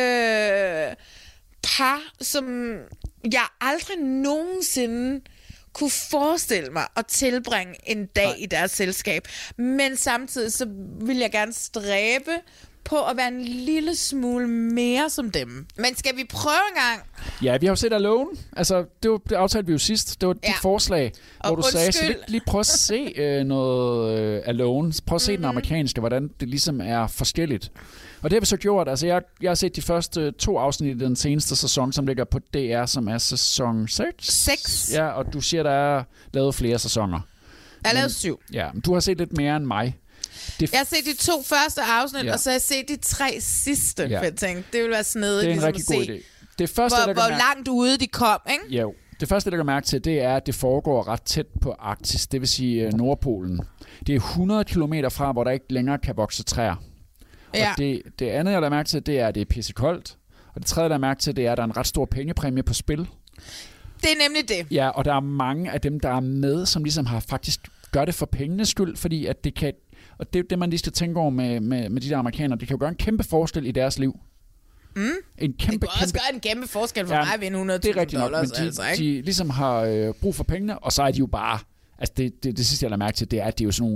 par, som jeg aldrig nogensinde kunne forestille mig at tilbringe en dag i deres selskab. Men samtidig så vil jeg gerne stræbe på at være en lille smule mere som dem. Men skal vi prøve en gang? Ja, vi har jo set Alone. Altså, det aftalte vi jo sidst. Det var dit forslag, hvor du sagde, så lige prøv at se noget Alone. Prøv at se den amerikanske, hvordan det ligesom er forskelligt. Og det har vi så gjort. Altså, jeg har set de første 2 afsnit i den seneste sæson, som ligger på DR, som er sæson 6. Ja, og du siger, der er lavet flere sæsoner. Jeg har lavet 7. Ja, men du har set lidt mere end mig. Jeg har set de 2 første afsnit, og så har jeg set de 3 sidste. Ja. Jeg tænkte, det ville være snedigt. Det er en rigtig god idé. Det første, hvor langt ude de kom, ikke? Jo. Det første, jeg lægger mærke til, det er, at det foregår ret tæt på Arktis, det vil sige Nordpolen. Det er 100 kilometer fra, hvor der ikke længere kan vokse træer. Ja. Og det andet, jeg lægger mærke til, det er, at det er pissekoldt. Og det tredje, jeg lægger mærke til, det er, at der er en ret stor pengepræmie på spil. Det er nemlig det. Ja, og der er mange af dem, der er med, som ligesom har faktisk gør det for pengenes skyld, fordi at det kan. Og det er det, man lige skal tænke over med de der amerikanere. Det kan jo gøre en kæmpe forskel i deres liv. En kæmpe, det kan også gøre en kæmpe forskel for mig at vinde $100,000. Det er rigtigt nok, men de ligesom har brug for pengene, og så er de jo bare... Altså det sidste, jeg lader mærke til, det er, at de er jo sådan nogle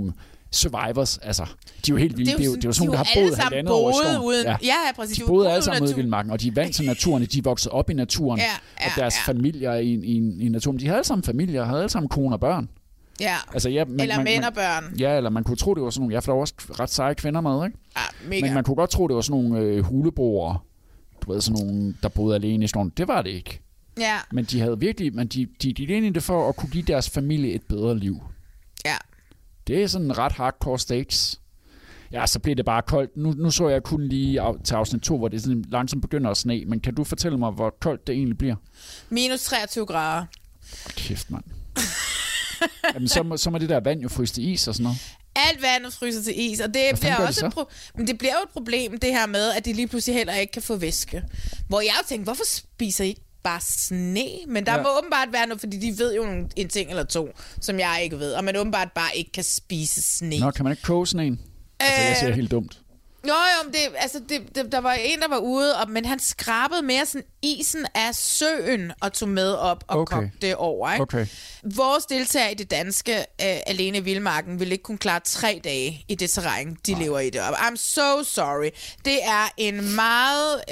survivors, altså, de er jo helt vilde. Det er jo sådan nogle, der har boet halvandet år i skoven. Uden, ja, præcis. De boede alle sammen ude i vildmarken, og de er vant til naturen, de er vokset op i naturen, og deres familier i naturen. De havde alle sammen familier, havde alle sammen kone og børn. Ja, altså, eller mænd og børn. Ja, eller man kunne tro, det var sådan nogle, for der var også ret seje kvinder med, ikke? Ja, mega. Men man kunne godt tro, det var sådan nogle huleboere, du ved, sådan nogle, der boede alene i skoven. Det var det ikke. Ja. Men de havde virkelig, de gik ind i det for at kunne give deres familie et bedre liv. Ja. Det er sådan ret hardcore stakes. Ja, så bliver det bare koldt. Nu så jeg kun lige til afsnit 2, hvor det sådan langsomt begynder at sne. Men kan du fortælle mig, hvor koldt det egentlig bliver? Minus 23 grader. Kæft, mand. Jamen, så må det der vand jo fryse til is og sådan noget. Alt vandet fryser til is, og det bliver også men det bliver jo et problem, det her med, at de lige pludselig heller ikke kan få væske. Hvor jeg jo tænkte, hvorfor spiser I ikke bare sne? Men der må åbenbart være noget, fordi de ved jo en ting eller to, som jeg ikke ved, og man åbenbart bare ikke kan spise sne. Nå, kan man ikke koge sneen? Altså, jeg siger helt dumt. Jo, der var en, der var ude, men han skrabede mere sådan isen af søen og tog med op og kogte det over. Ikke? Okay. Vores deltager i det danske alene i vildmarken ville ikke kunne klare 3 dage i det terræn, de lever i det. I'm so sorry. Det er en meget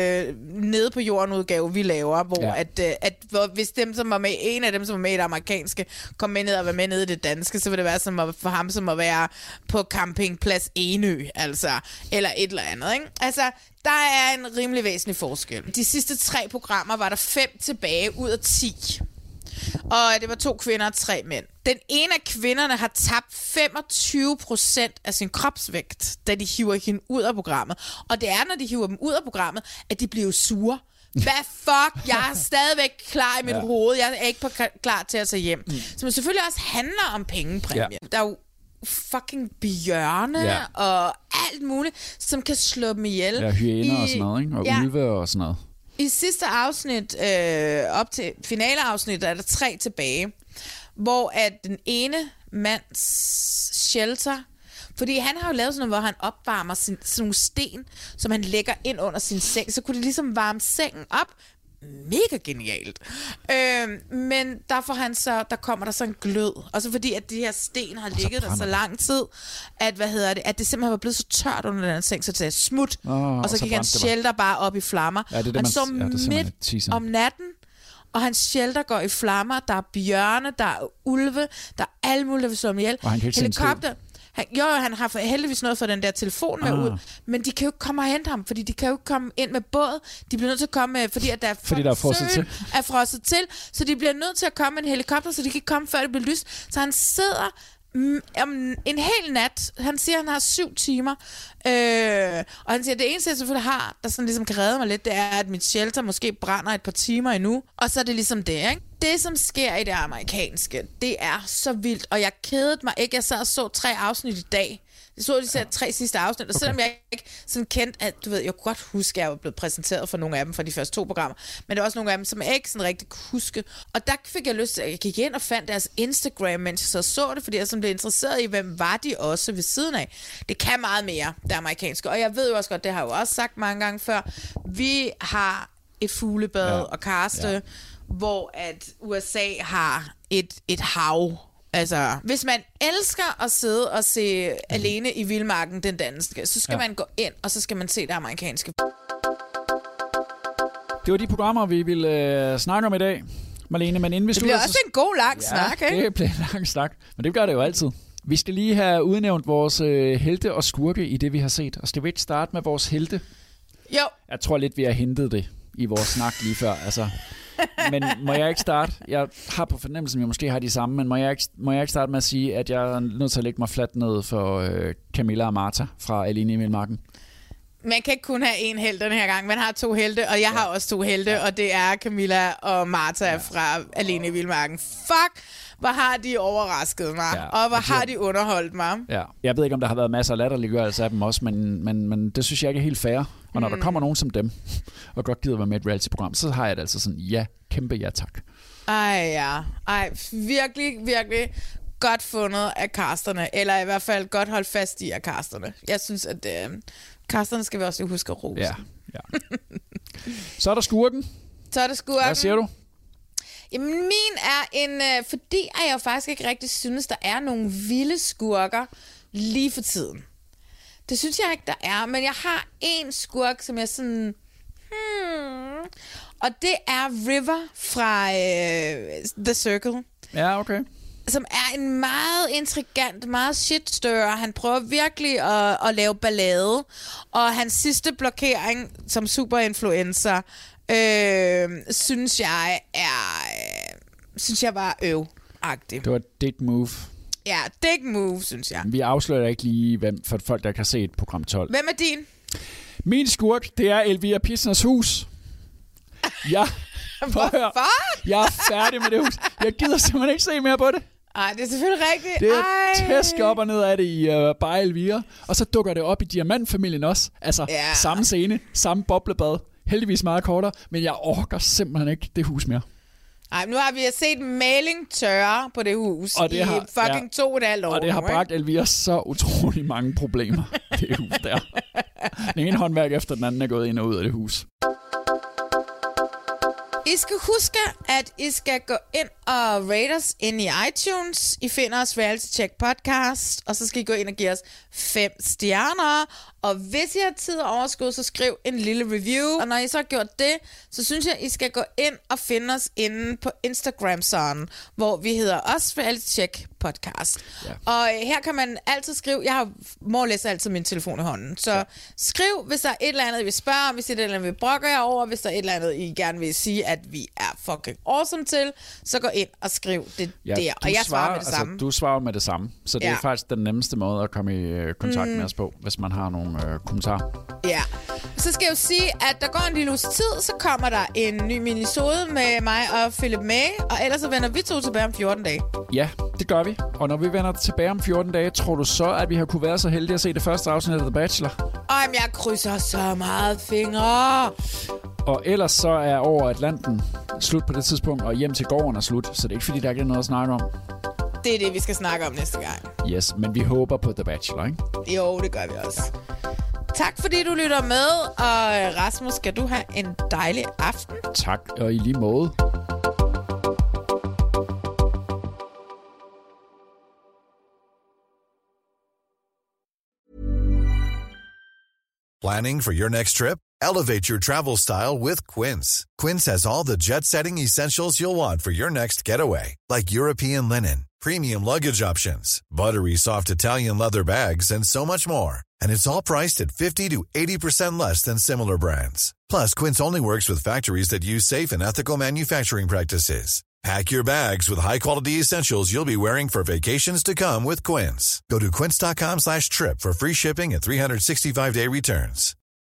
nede på jorden udgave, vi laver, hvor hvis dem, som var med, en af dem, som var med i det amerikanske, kom med ned og var med nede i det danske, så vil det være som for ham, som at være på campingplads Enø, altså. Eller et eller andet, ikke? Altså, der er en rimelig væsentlig forskel. De sidste 3 programmer var der 5 tilbage ud af 10. Og det var 2 kvinder og 3 mænd. Den ene af kvinderne har tabt 25% af sin kropsvægt, da de hiver hende ud af programmet. Og det er, når de hiver dem ud af programmet, at de bliver sure. Hvad fuck? Jeg er stadigvæk klar i mit hoved. Jeg er ikke klar til at tage hjem. Som selvfølgelig også handler om pengepræmie. Der er jo fucking bjørne og alt muligt, som kan slå dem ihjel. Ja, hyæner og sådan noget, ikke? Og ulve og sådan noget. I sidste afsnit, op til finaleafsnit, er der 3 tilbage, hvor at den ene mands shelter, fordi han har jo lavet sådan noget, hvor han opvarmer sådan nogle sten, som han lægger ind under sin seng, så kunne det ligesom varme sengen op. Mega genialt. Men der kommer der så en glød. Og så fordi, at de her sten har ligget der så lang tid, at det simpelthen var blevet så tørt under den seng, så det er smut. Og så gik hans shelter bare op i flammer. Ja, han så midt om natten, og hans shelter går i flammer. Der er bjørne, der er ulve, der er alle mulige, der vil slå ham ihjel. Helikopter. Han har heldigvis noget for den der telefon med ud, men de kan jo ikke komme og hente ham, fordi de kan jo ikke komme ind med båd. De bliver nødt til at komme, fordi at der er frosset til, så de bliver nødt til at komme med en helikopter, så de kan ikke komme, før det bliver lyst. Så han sidder om en hel nat. Han siger, at han har 7 timer. Og han siger, at det eneste, jeg selvfølgelig har, der sådan ligesom kan redde mig lidt, det er, at mit shelter måske brænder et par timer endnu. Og så er det ligesom det, ikke? Det, som sker i det amerikanske, det er så vildt. Og jeg kedede mig ikke. Jeg sad og så 3 afsnit i dag. Jeg så de 3 sidste afsnit, og selvom jeg ikke sådan kendte, at du ved, jeg kunne godt huske, at jeg var blevet præsenteret for nogle af dem fra de første 2 programmer, men der var også nogle af dem, som jeg ikke sådan rigtig kunne huske. Og der fik jeg lyst til, at jeg gik ind og fandt deres Instagram, mens jeg så det, fordi jeg sådan blev interesseret i, hvem var de også ved siden af. Det kan meget mere, det amerikanske. Og jeg ved jo også godt, det har jeg jo også sagt mange gange før, vi har et fuglebad og kaste, hvor at USA har et hav. Altså, hvis man elsker at sidde og se alene i vildmarken, den danske, så skal man gå ind, og så skal man se det amerikanske. Det var de programmer, vi ville snakke om i dag, Marlene. Men inden vi det bliver også en god lang snak, ikke? Det bliver en lang snak, men det gør det jo altid. Vi skal lige have udnævnt vores helte og skurke i det, vi har set. Og skal vi ikke starte med vores helte? Jo. Jeg tror lidt, vi har hentet det i vores snak lige før, altså. Men må jeg ikke starte? Jeg har på fornemmelsen, at vi måske har de samme, men må jeg ikke starte med at sige, at jeg er nødt til at lægge mig fladt ned for Camilla og Martha fra Alene i vildmarken? Man kan ikke kun have en helt den her gang. Man har 2 helte, og jeg har også 2 helte, og det er Camilla og Martha fra Alene i vildmarken. Fuck, hvor har de overrasket mig, og hvor har de underholdt mig. Ja. Jeg ved ikke, om der har været masser af latterliggørelse af dem også, men det synes jeg ikke er helt fair. Og når der kommer nogen som dem, og godt gider være med et reality-program, så har jeg det altså sådan, kæmpe ja tak. Virkelig, virkelig godt fundet af casterne, eller i hvert fald godt holdt fast i af casterne. Jeg synes, at casterne skal vi også huske at rose. Ja. Så er der skurken. Hvad siger du? Jamen, min er fordi jeg jo faktisk ikke rigtig synes, der er nogle vilde skurker, lige for tiden. Det synes jeg ikke, der er. Men jeg har en skurk, som jeg sådan... Og det er River fra The Circle. Ja, okay. Som er en meget intrigant, meget shitstirrer. Han prøver virkelig at lave ballade. Og hans sidste blokering som superinfluencer, synes jeg var øv-agtig. Det var et dick move. Ja, dick move, synes jeg. Vi afslører ikke lige, hvem for folk, der kan se et program 12. Hvem er din? Min skurk, det er Elvira Pissners hus. Hvorfor? Jeg er færdig med det hus. Jeg gider simpelthen ikke se mere på det. Ej, det er selvfølgelig rigtigt. Det er tæsk op og ned af det i bare Elvira. Og så dukker det op i Diamantfamilien også. Altså, samme scene, samme boblebad. Heldigvis meget kortere, men jeg orker simpelthen ikke det hus mere. Ej, nu har vi set maling tørre på det hus og det i fucking 2,5 år. Og det har bragt Elvira så utrolig mange problemer, det hus der. Den ene håndværk efter den anden er gået ind og ud af det hus. I skal huske, at I skal gå ind og rate os ind i iTunes. I finder os Reality Check Podcast, og så skal I gå ind og give os 5 stjerner. Og hvis I har tid og overskud, så skriv en lille review. Og når I så har gjort det, så synes jeg, I skal gå ind og finde os inde på Instagram-sådan, hvor vi hedder også Reality Check Podcast. Ja. Og her kan man altid skrive, jeg har læser altid min telefon i hånden, så skriv, hvis der er et eller andet, I vil spørge om, hvis der er et eller andet, vi brokker jer over, hvis der er et eller andet, I gerne vil sige, at vi er fucking awesome til, så gå ind og skriv det der. Og jeg svarer med det samme. Du svarer med det samme, så det er faktisk den nemmeste måde at komme i kontakt med os på, hvis man har nogle kommentarer. Ja. Så skal jeg jo sige, at der går en lille uges tid, så kommer der en ny minisode med mig og Philip May, og ellers så vender vi 2 tilbage om 14 dage. Ja, det gør vi. Og når vi vender tilbage om 14 dage, tror du så, at vi har kunne være så heldige at se det første afsnit af The Bachelor? Jamen, jeg krydser så meget fingre. Og ellers så er over Atlanten slut på det tidspunkt, og hjem til gården er slut, så det er ikke fordi, der ikke er noget at snakke om. Det er det, vi skal snakke om næste gang. Yes, men vi håber på The Bachelor, ikke? Jo, det gør vi også. Tak fordi du lytter med, og Rasmus, skal du have en dejlig aften. Tak, og i lige måde. Planning for your next trip? Elevate your travel style with Quince. Quince has all the jet-setting essentials you'll want for your next getaway, like European linen, premium luggage options, buttery soft Italian leather bags, and so much more. And it's all priced at 50 to 80% less than similar brands. Plus, Quince only works with factories that use safe and ethical manufacturing practices. Pack your bags with high-quality essentials you'll be wearing for vacations to come with Quince. Go to quince.com/trip for free shipping and 365-day returns.